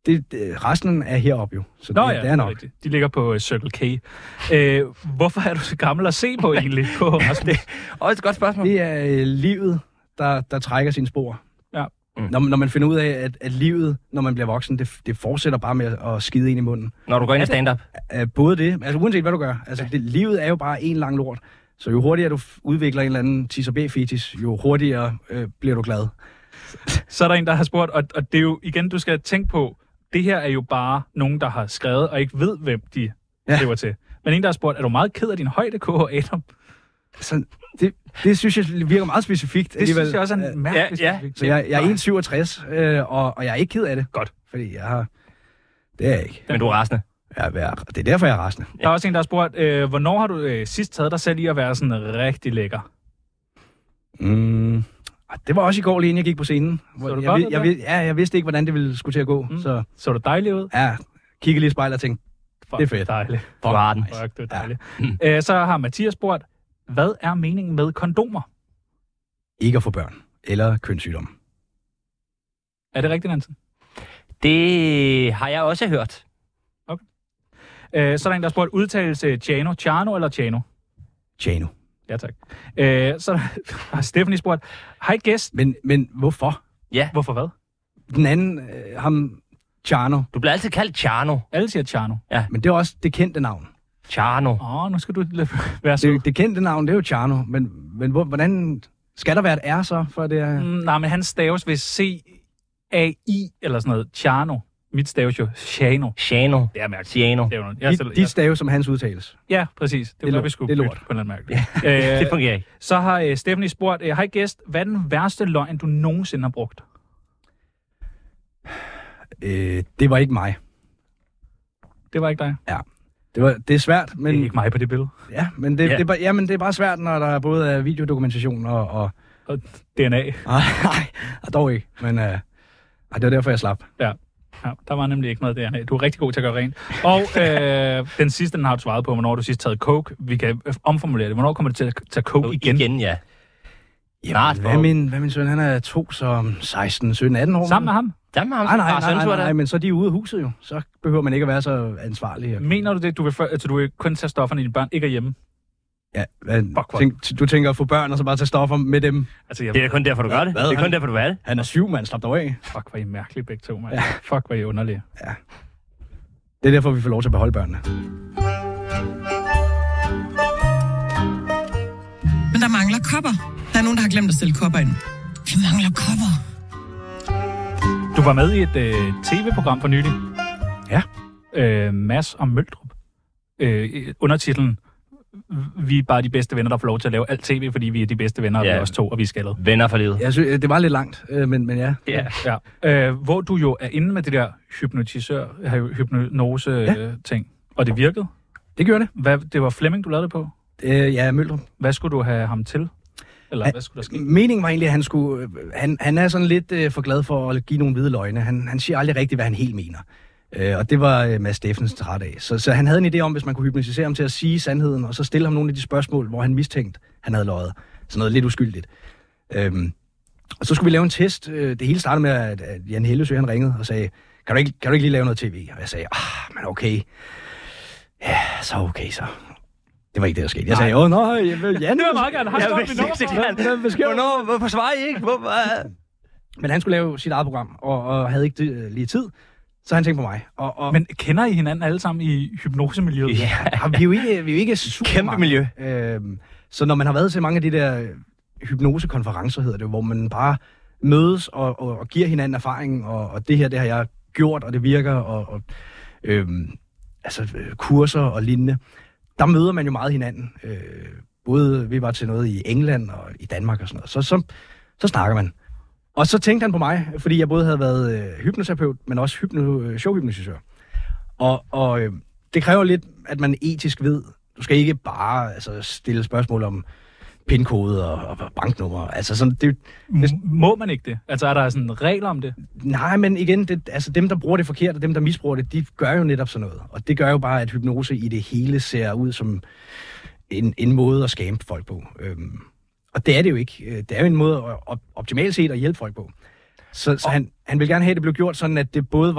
det, det, resten er heroppe jo. Så Nå det, ja, det er nok. rigtigt. De ligger på uh, Circle K. Øh, hvorfor er du så gammel at se på egentlig, K H Rasmus? Også et godt spørgsmål. Det er øh, livet, der, der trækker sine spor. Ja. Mm. Når, når man finder ud af, at, at livet, når man bliver voksen, det, det fortsætter bare med at skide ind i munden. Når du går ind i stand-up? Uh, både det, altså uanset hvad du gør. Altså, det, livet er jo bare en lang lort. Så jo hurtigere du udvikler en eller anden tis- og b-fetis, jo hurtigere øh, bliver du glad. Så er der en, der har spurgt, og, og det er jo igen, du skal tænke på, det her er jo bare nogen, der har skrevet, og ikke ved, hvem de ja. skriver til. Men en, der har spurgt, er du meget ked af din højde, K H Adam? Så det, det synes jeg virker meget specifikt. Det alligevel. Synes jeg også er en mærkelig ja, ja. specifikt. Så jeg, jeg er en komma syvogtres, øh, og, og jeg er ikke ked af det. Godt. Fordi jeg har... Det er jeg ikke. Men du er rasende. Ja, det er derfor, jeg er rasende. Der er også en, der har spurgt, øh, hvornår har du øh, sidst taget dig selv i at være sådan rigtig lækker? Mm, det var også i går, lige inden jeg gik på scenen. Så du jeg, godt jeg, jeg, jeg, ja, jeg vidste ikke, hvordan det ville skulle til at gå. Mm. Så, så du dejlig ud? Ja, kiggede lige i spejlet og tænkte, Fuck, det er fedt. Dejligt. Du har den. Fuck, det er dejligt. Ja. Øh, så har Mathias spurgt, hvad er meningen med kondomer? Ikke at få børn. Eller kønssygdom. Er det rigtigt, Nansen? Det har jeg også hørt. Okay. Øh, så er der en, der har spurgt, udtalelse Tjano. Tjano eller Tjano? Tjano. Ja, tak. Øh, så har Stephanie spurgt, hej gæst. Men, men hvorfor? Ja. Hvorfor hvad? Den anden, øh, ham, Tjano. Du bliver altid kaldt Tjano. Alle siger Tjano. Ja. Men det er også det kendte navn. Tjano. Åh, oh, nu skal du være sød. Det, det kendte navn, det er jo Tjano. Men, men hvor, hvordan skal der være et R så, for det er... Mm, nej, men han staves ved C A I eller sådan noget. Tjano. Mit staves jo Tjano. Tjano. Det er mærkeligt. Tjano. Det er jo noget. Jeg, De, de staves som hans udtales. Ja, præcis. Det, Det er var lort. vi skulle Det er bytte lort. på en eller anden mærke. Ja. Det fungerer ikke. Så har uh, Stephanie spurgt, uh, hej gæst, hvad er den værste løgn, du nogensinde har brugt? Øh, det var ikke mig. Det var ikke dig? Ja. Det, var, det er svært, men... Det er ikke mig på det billede. Ja, men det, Ja. det, er, bare, ja, men det er bare svært, når der både er videodokumentation og... og Og D N A. nej, nej, dog ikke. Men øh, det var derfor, jeg slap. Ja. Ja, der var nemlig ikke noget D N A. Du er rigtig god til at gøre rent. Og øh, den sidste, den har du svaret på, hvornår du sidst taget coke. Vi kan omformulere det. Hvornår kommer du til at tage coke igen? Igen, ja. Jamen, hvad, min, hvad min søn, han er to som seksten, sytten, atten år. Sammen med ham? Sammen med ham. Nej, nej, nej, nej, nej, nej, nej, men så er de ude af huset jo. Så behøver man ikke at være så ansvarlig. Mener du det? Du vil, før, altså, du vil kun tage stofferne i dine børn, ikke er hjemme? Ja, hvad, Fuck, tænk, du tænker at få børn, og så bare tage stoffer med dem. Altså, jeg, Det er kun derfor, du gør det. Hvad? Det er kun Han- derfor, du er det. Han er syv, mand. Slap dog af. Fuck, hvor I mærkelige begge to, mand. Ja. Fuck, hvor I underlige. Det er derfor, vi får lov til at beholde børnene. Men der mangler kopper. Der er nogen, der har glemt at stille kopper ind. Vi mangler kopper. Du var med i et øh, tv-program for nylig. Ja. Øh, Mads og Møldrup. Øh, undertitlen, vi er bare de bedste venner, der får lov til at lave alt tv, fordi vi er de bedste venner, og Ja. vi er os to, og vi er skaldet. Venner for livet. Jeg synes, det var lidt langt, øh, men, men ja. Ja. Ja. Øh, hvor du jo er inde med det der hypnotisør, hypnose-ting, og det virkede. Det gjorde det. Hvad, det var Flemming, du lavede det på. Øh, ja, Møldrup. Hvad skulle du have ham til? Eller hvad skulle der ske? Meningen var egentlig, at han skulle... øh, Han, han er sådan lidt øh, for glad for at give nogle hvide løgne. Han, han siger aldrig rigtigt, hvad han helt mener. Øh, og det var øh, Mads Steffens træt af. Så, så han havde en idé om, hvis man kunne hypnotisere ham til at sige sandheden, og så stille ham nogle af de spørgsmål, hvor han mistænkte, han havde løjet. Sådan noget lidt uskyldigt. Øhm, og så skulle vi lave en test. Øh, det hele startede med, at, at Jan Hellesø, han ringede og sagde, kan du, ikke, kan du ikke lige lave noget tv? Og jeg sagde, ah, men okay. Ja, så okay så. Det var ikke det, der skete. Jeg sagde, åh nej, jeg vil Jan. Det var meget gerne. Har du Jeg stået vil mit nummer sige, for? det kan. Hvornår? Hvorfor svarer I ikke? Hvorfor? Men han skulle lave sit eget program, og, og havde ikke øh, lige tid. Så han tænkte på mig. Og, og, Men kender I hinanden alle sammen i hypnosemiljøet? Ja. Ja, vi er jo ikke, vi er jo ikke super Kæmpe mange. miljø. Øhm, så når man har været til mange af de der hypnosekonferencer, hedder det, hvor man bare mødes og, og, og giver hinanden erfaring, og, og det her, det har jeg gjort, og det virker, og, og øhm, altså øh, kurser og lignende, der møder man jo meget hinanden. Øh, både vi var til noget i England og i Danmark og sådan noget. Så, så, så snakker man. Og så tænkte han på mig, fordi jeg både havde været øh, hypnoterapeut, men også hypno, øh, showhypnotisør. Og, og øh, det kræver lidt, at man etisk ved, du skal ikke bare altså, stille spørgsmål om pindkode og, og banknummer. Altså sådan, det, det, M- Må man ikke det? Altså er der sådan regler om det? nej, men igen, det, altså dem, der bruger det forkert, og dem, der misbruger det, de gør jo netop sådan noget. Og det gør jo bare, at hypnose i det hele ser ud som en, en måde at scampe folk på. Øhm, og det er det jo ikke. Det er jo en måde at op- optimalt set at hjælpe folk på. Så, så han, han vil gerne have, at det blev gjort sådan, at det både var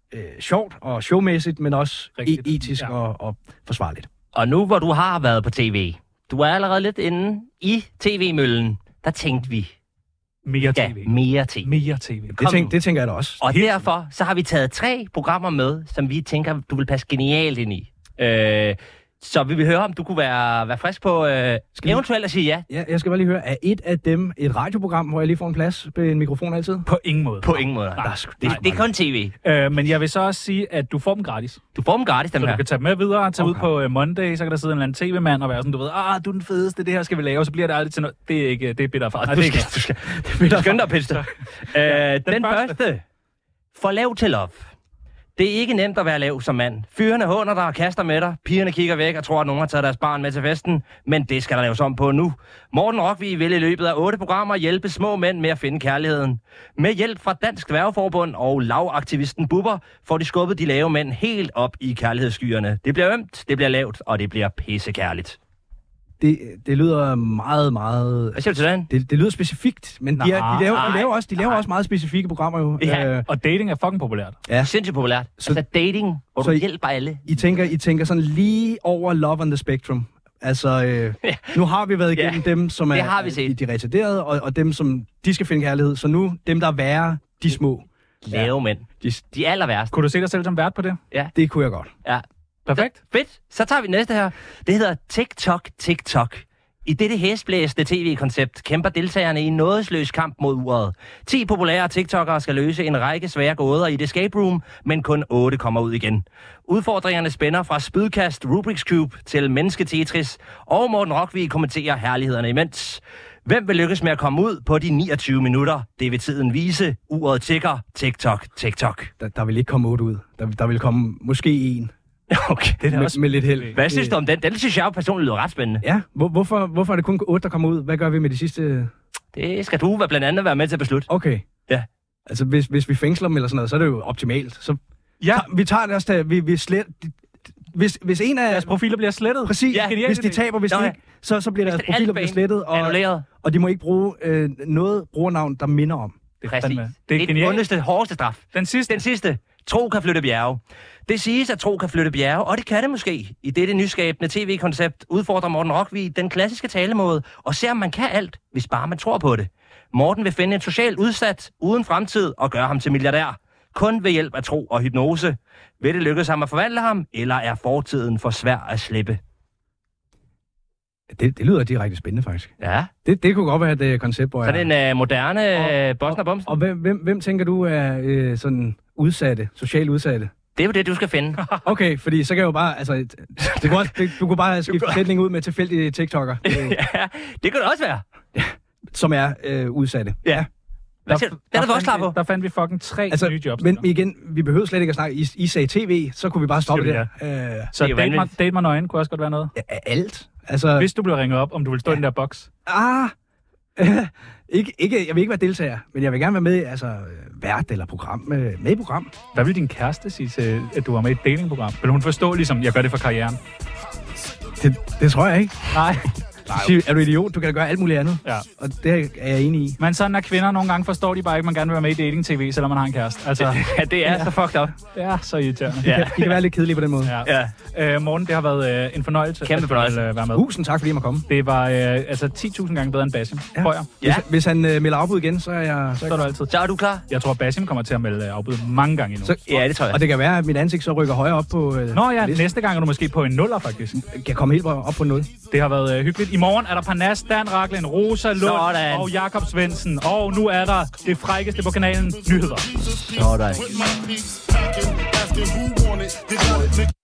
øh, sjovt og showmæssigt, men også e- etisk ja. og, og forsvarligt. Og nu hvor du har været på tv, du er allerede lidt inde i tv-møllen, der tænkte vi, Mere ja, tv. mere tv. Mere tv. Det, tænk, det tænker jeg da også. Og derfor så har vi taget tre programmer med, som vi tænker, du vil passe genialt ind i. Øh, så vi vil høre, om du kunne være, være frisk på øh, eventuelt at sige ja. Ja, jeg skal bare lige høre, er et af dem et radioprogram, hvor jeg lige får en plads med en mikrofon altid? På ingen måde. På ingen måde. Nej, Nej, det, det er kun tv. Øh, men jeg vil så også sige, at du får dem gratis. Du får dem gratis, dem Så her. du kan tage dem med videre og tage Okay. ud på uh, Monday, så kan der sidde en eller anden tv-mand og være sådan, du ved, ah, du er den fedeste, det her skal vi lave, så bliver det aldrig til noget. Det er ikke, det er bitter for. Nej, Du det er skal, ikke. du skal, du skal skynde dig, Piste. Ja, øh, den den første. første. For lav til love. Det er ikke nemt at være lav som mand. Fyrene håner dig og kaster med dig. Pigerne kigger væk og tror, at nogen har taget deres barn med til festen. Men det skal der laves om på nu. Morten Rockvig vil i løbet af otte programmer hjælpe små mænd med at finde kærligheden. Med hjælp fra Dansk Dværgeforbund og lavaktivisten Bubber får de skubbet de lave mænd helt op i kærlighedsskyerne. Det bliver ømt, det bliver lavt, og det bliver pissekærligt. Det, det lyder meget, meget... Hvad siger du til den? Det, det lyder specifikt, men de, er, de, laver, de nej, laver, også, de laver nej. også meget specifikke programmer jo. Ja. Øh, Og dating er fucking populært. ja. Sindssygt populært. Så- Altså dating, hvor så du I- hjælper alle. I, tænker, I tænker sådan lige over Love on the Spectrum. Altså, øh, Ja. nu har vi været igennem Ja, dem, som det er har vi set. de, de retarderede, og, og dem, som de skal finde kærlighed. Så nu, dem, der er værre, de små. Lave mænd. De, De er aller værste. Kunne du se dig selv som vært på det? det kunne jeg godt. Ja. Perfekt. Fedt. Så tager vi næste her. Det hedder TikTok TikTok. I dette hæsblæste tv-koncept kæmper deltagerne i en nådesløs kamp mod uret. ti populære TikTokere skal løse en række svære gåder i et escape room, men kun otte kommer ud igen. Udfordringerne spænder fra spydkast, Rubik's Cube til menneske-Tetris, og Morten Rockvig kommenterer herlighederne imens. Hvem vil lykkes med at komme ud på de niogtyve minutter? Det vil tiden vise. Uret tikker. TikTok TikTok. Der, der vil ikke komme otte ud. Der, der vil komme måske en. Okay. Det er da Med, også med lidt held. Hvad synes du om den? Den synes jeg jo personligt lyder ret spændende. Ja, hvor, hvorfor, hvorfor er det kun otte, der kommer ud? Hvad gør vi med de sidste... Det skal du blandt andet være med til at beslutte. Okay. Ja. Altså, hvis, hvis vi fængsler dem eller sådan noget, så er det jo optimalt. Så Ja, tager, vi tager det også, da vi, vi slet... Hvis, hvis en af... deres profiler bliver slettet. Præcis, Ja, ja, genial hvis de idé. taber, hvis Nå, de ja. ikke, så, så bliver deres Hvis det er profiler alt bliver bane slettet, og, Annulleret. og de må ikke bruge øh, noget brugernavn, der minder om. Det er, Præcis. fandme, det er det er den genialt. ondeste, hårdeste straf. Den sidste. Den sidste. Tro kan flytte bjerge. Det siges, at tro kan flytte bjerge, og det kan det måske. I dette nyskabende tv-koncept udfordrer Morten Rockvig den klassiske talemåde, og ser, om man kan alt, hvis bare man tror på det. Morten vil finde en socialt udsat, uden fremtid, og gøre ham til milliardær. Kun ved hjælp af tro og hypnose. Vil det lykkes ham at forvandle ham, eller er fortiden for svær at slippe? Det, det lyder direkte spændende, faktisk. Ja, Det, det kunne godt være et uh, koncept, hvor så det jeg... er en uh, moderne Og- uh, Boston og Bumsen. Og hvem, hvem, hvem tænker du er øh, sådan udsatte, socialt udsatte? Det er jo det, du skal finde. Okay, fordi så kan jeg jo bare, altså, det, det kunne også, det, du kunne bare skifte sætning ud med tilfældige TikToker, øh, Ja, det kan det også være. som er øh, udsatte. Ja. Hvad siger du? Den er du også klar på. Der fandt vi fucking tre Altså, nye jobs. men igen, vi behøver slet ikke at snakke. I, I sagde tv, så kunne vi bare stoppe Siger der. Øh, Så det er jo date mig, vanvittigt. date mig nøgen kunne også godt være noget. alt. Altså, Hvis du blev ringet op, om du vil stå i den der boks. ah, ikke, ikke, jeg vil ikke være deltager, men jeg vil gerne være med, altså, øh, vært eller program, øh, med i program. Hvad vil din kæreste sige til, at du var med i et datingprogram? Vil hun forstå, ligesom, jeg gør det for karrieren? Det, det tror jeg ikke. Nej. Siger, er du idiot? Du kan da gøre alt muligt andet. Ja. Og det er jeg enig i. Men sådan er kvinder nogle gange, forstår de bare ikke, at man gerne vil være med i dating-tv, selvom man har en kæreste. Altså, Ja, det er så fucked up. det er så irriterende. Ja. I kan være lidt kedelige på den måde. Ja. Ja. Øh, Morten, det har været øh, en fornøjelse, Kæmpe at du fornøjelse. ville, øh, være med. Tusind tak, fordi jeg måtte komme. Det var øh, altså ti tusind gange bedre end Basim, Ja. tror jeg. Hvis, hvis han øh, melder afbud igen, så er jeg... Så Så er er du jeg altid. Så er du klar? Jeg tror, Basim kommer til at melde øh, afbud mange gange endnu. så, Ja, det tror jeg. og det kan være, at mit ansigt så rykker højere op på... Øh, Nå ja, listen. næste gang er du måske på en nuller, faktisk. Kan komme helt op på nul. Det har været øh, hyggeligt. I morgen er der Parnas, Dan Raglen, Rosa Lund Sådan. og Jakob Svendsen. Og nu er der det frækkeste på kanalen, Nyheder. Sådan. Put my piece packing, asking who want it. They got it, nigga.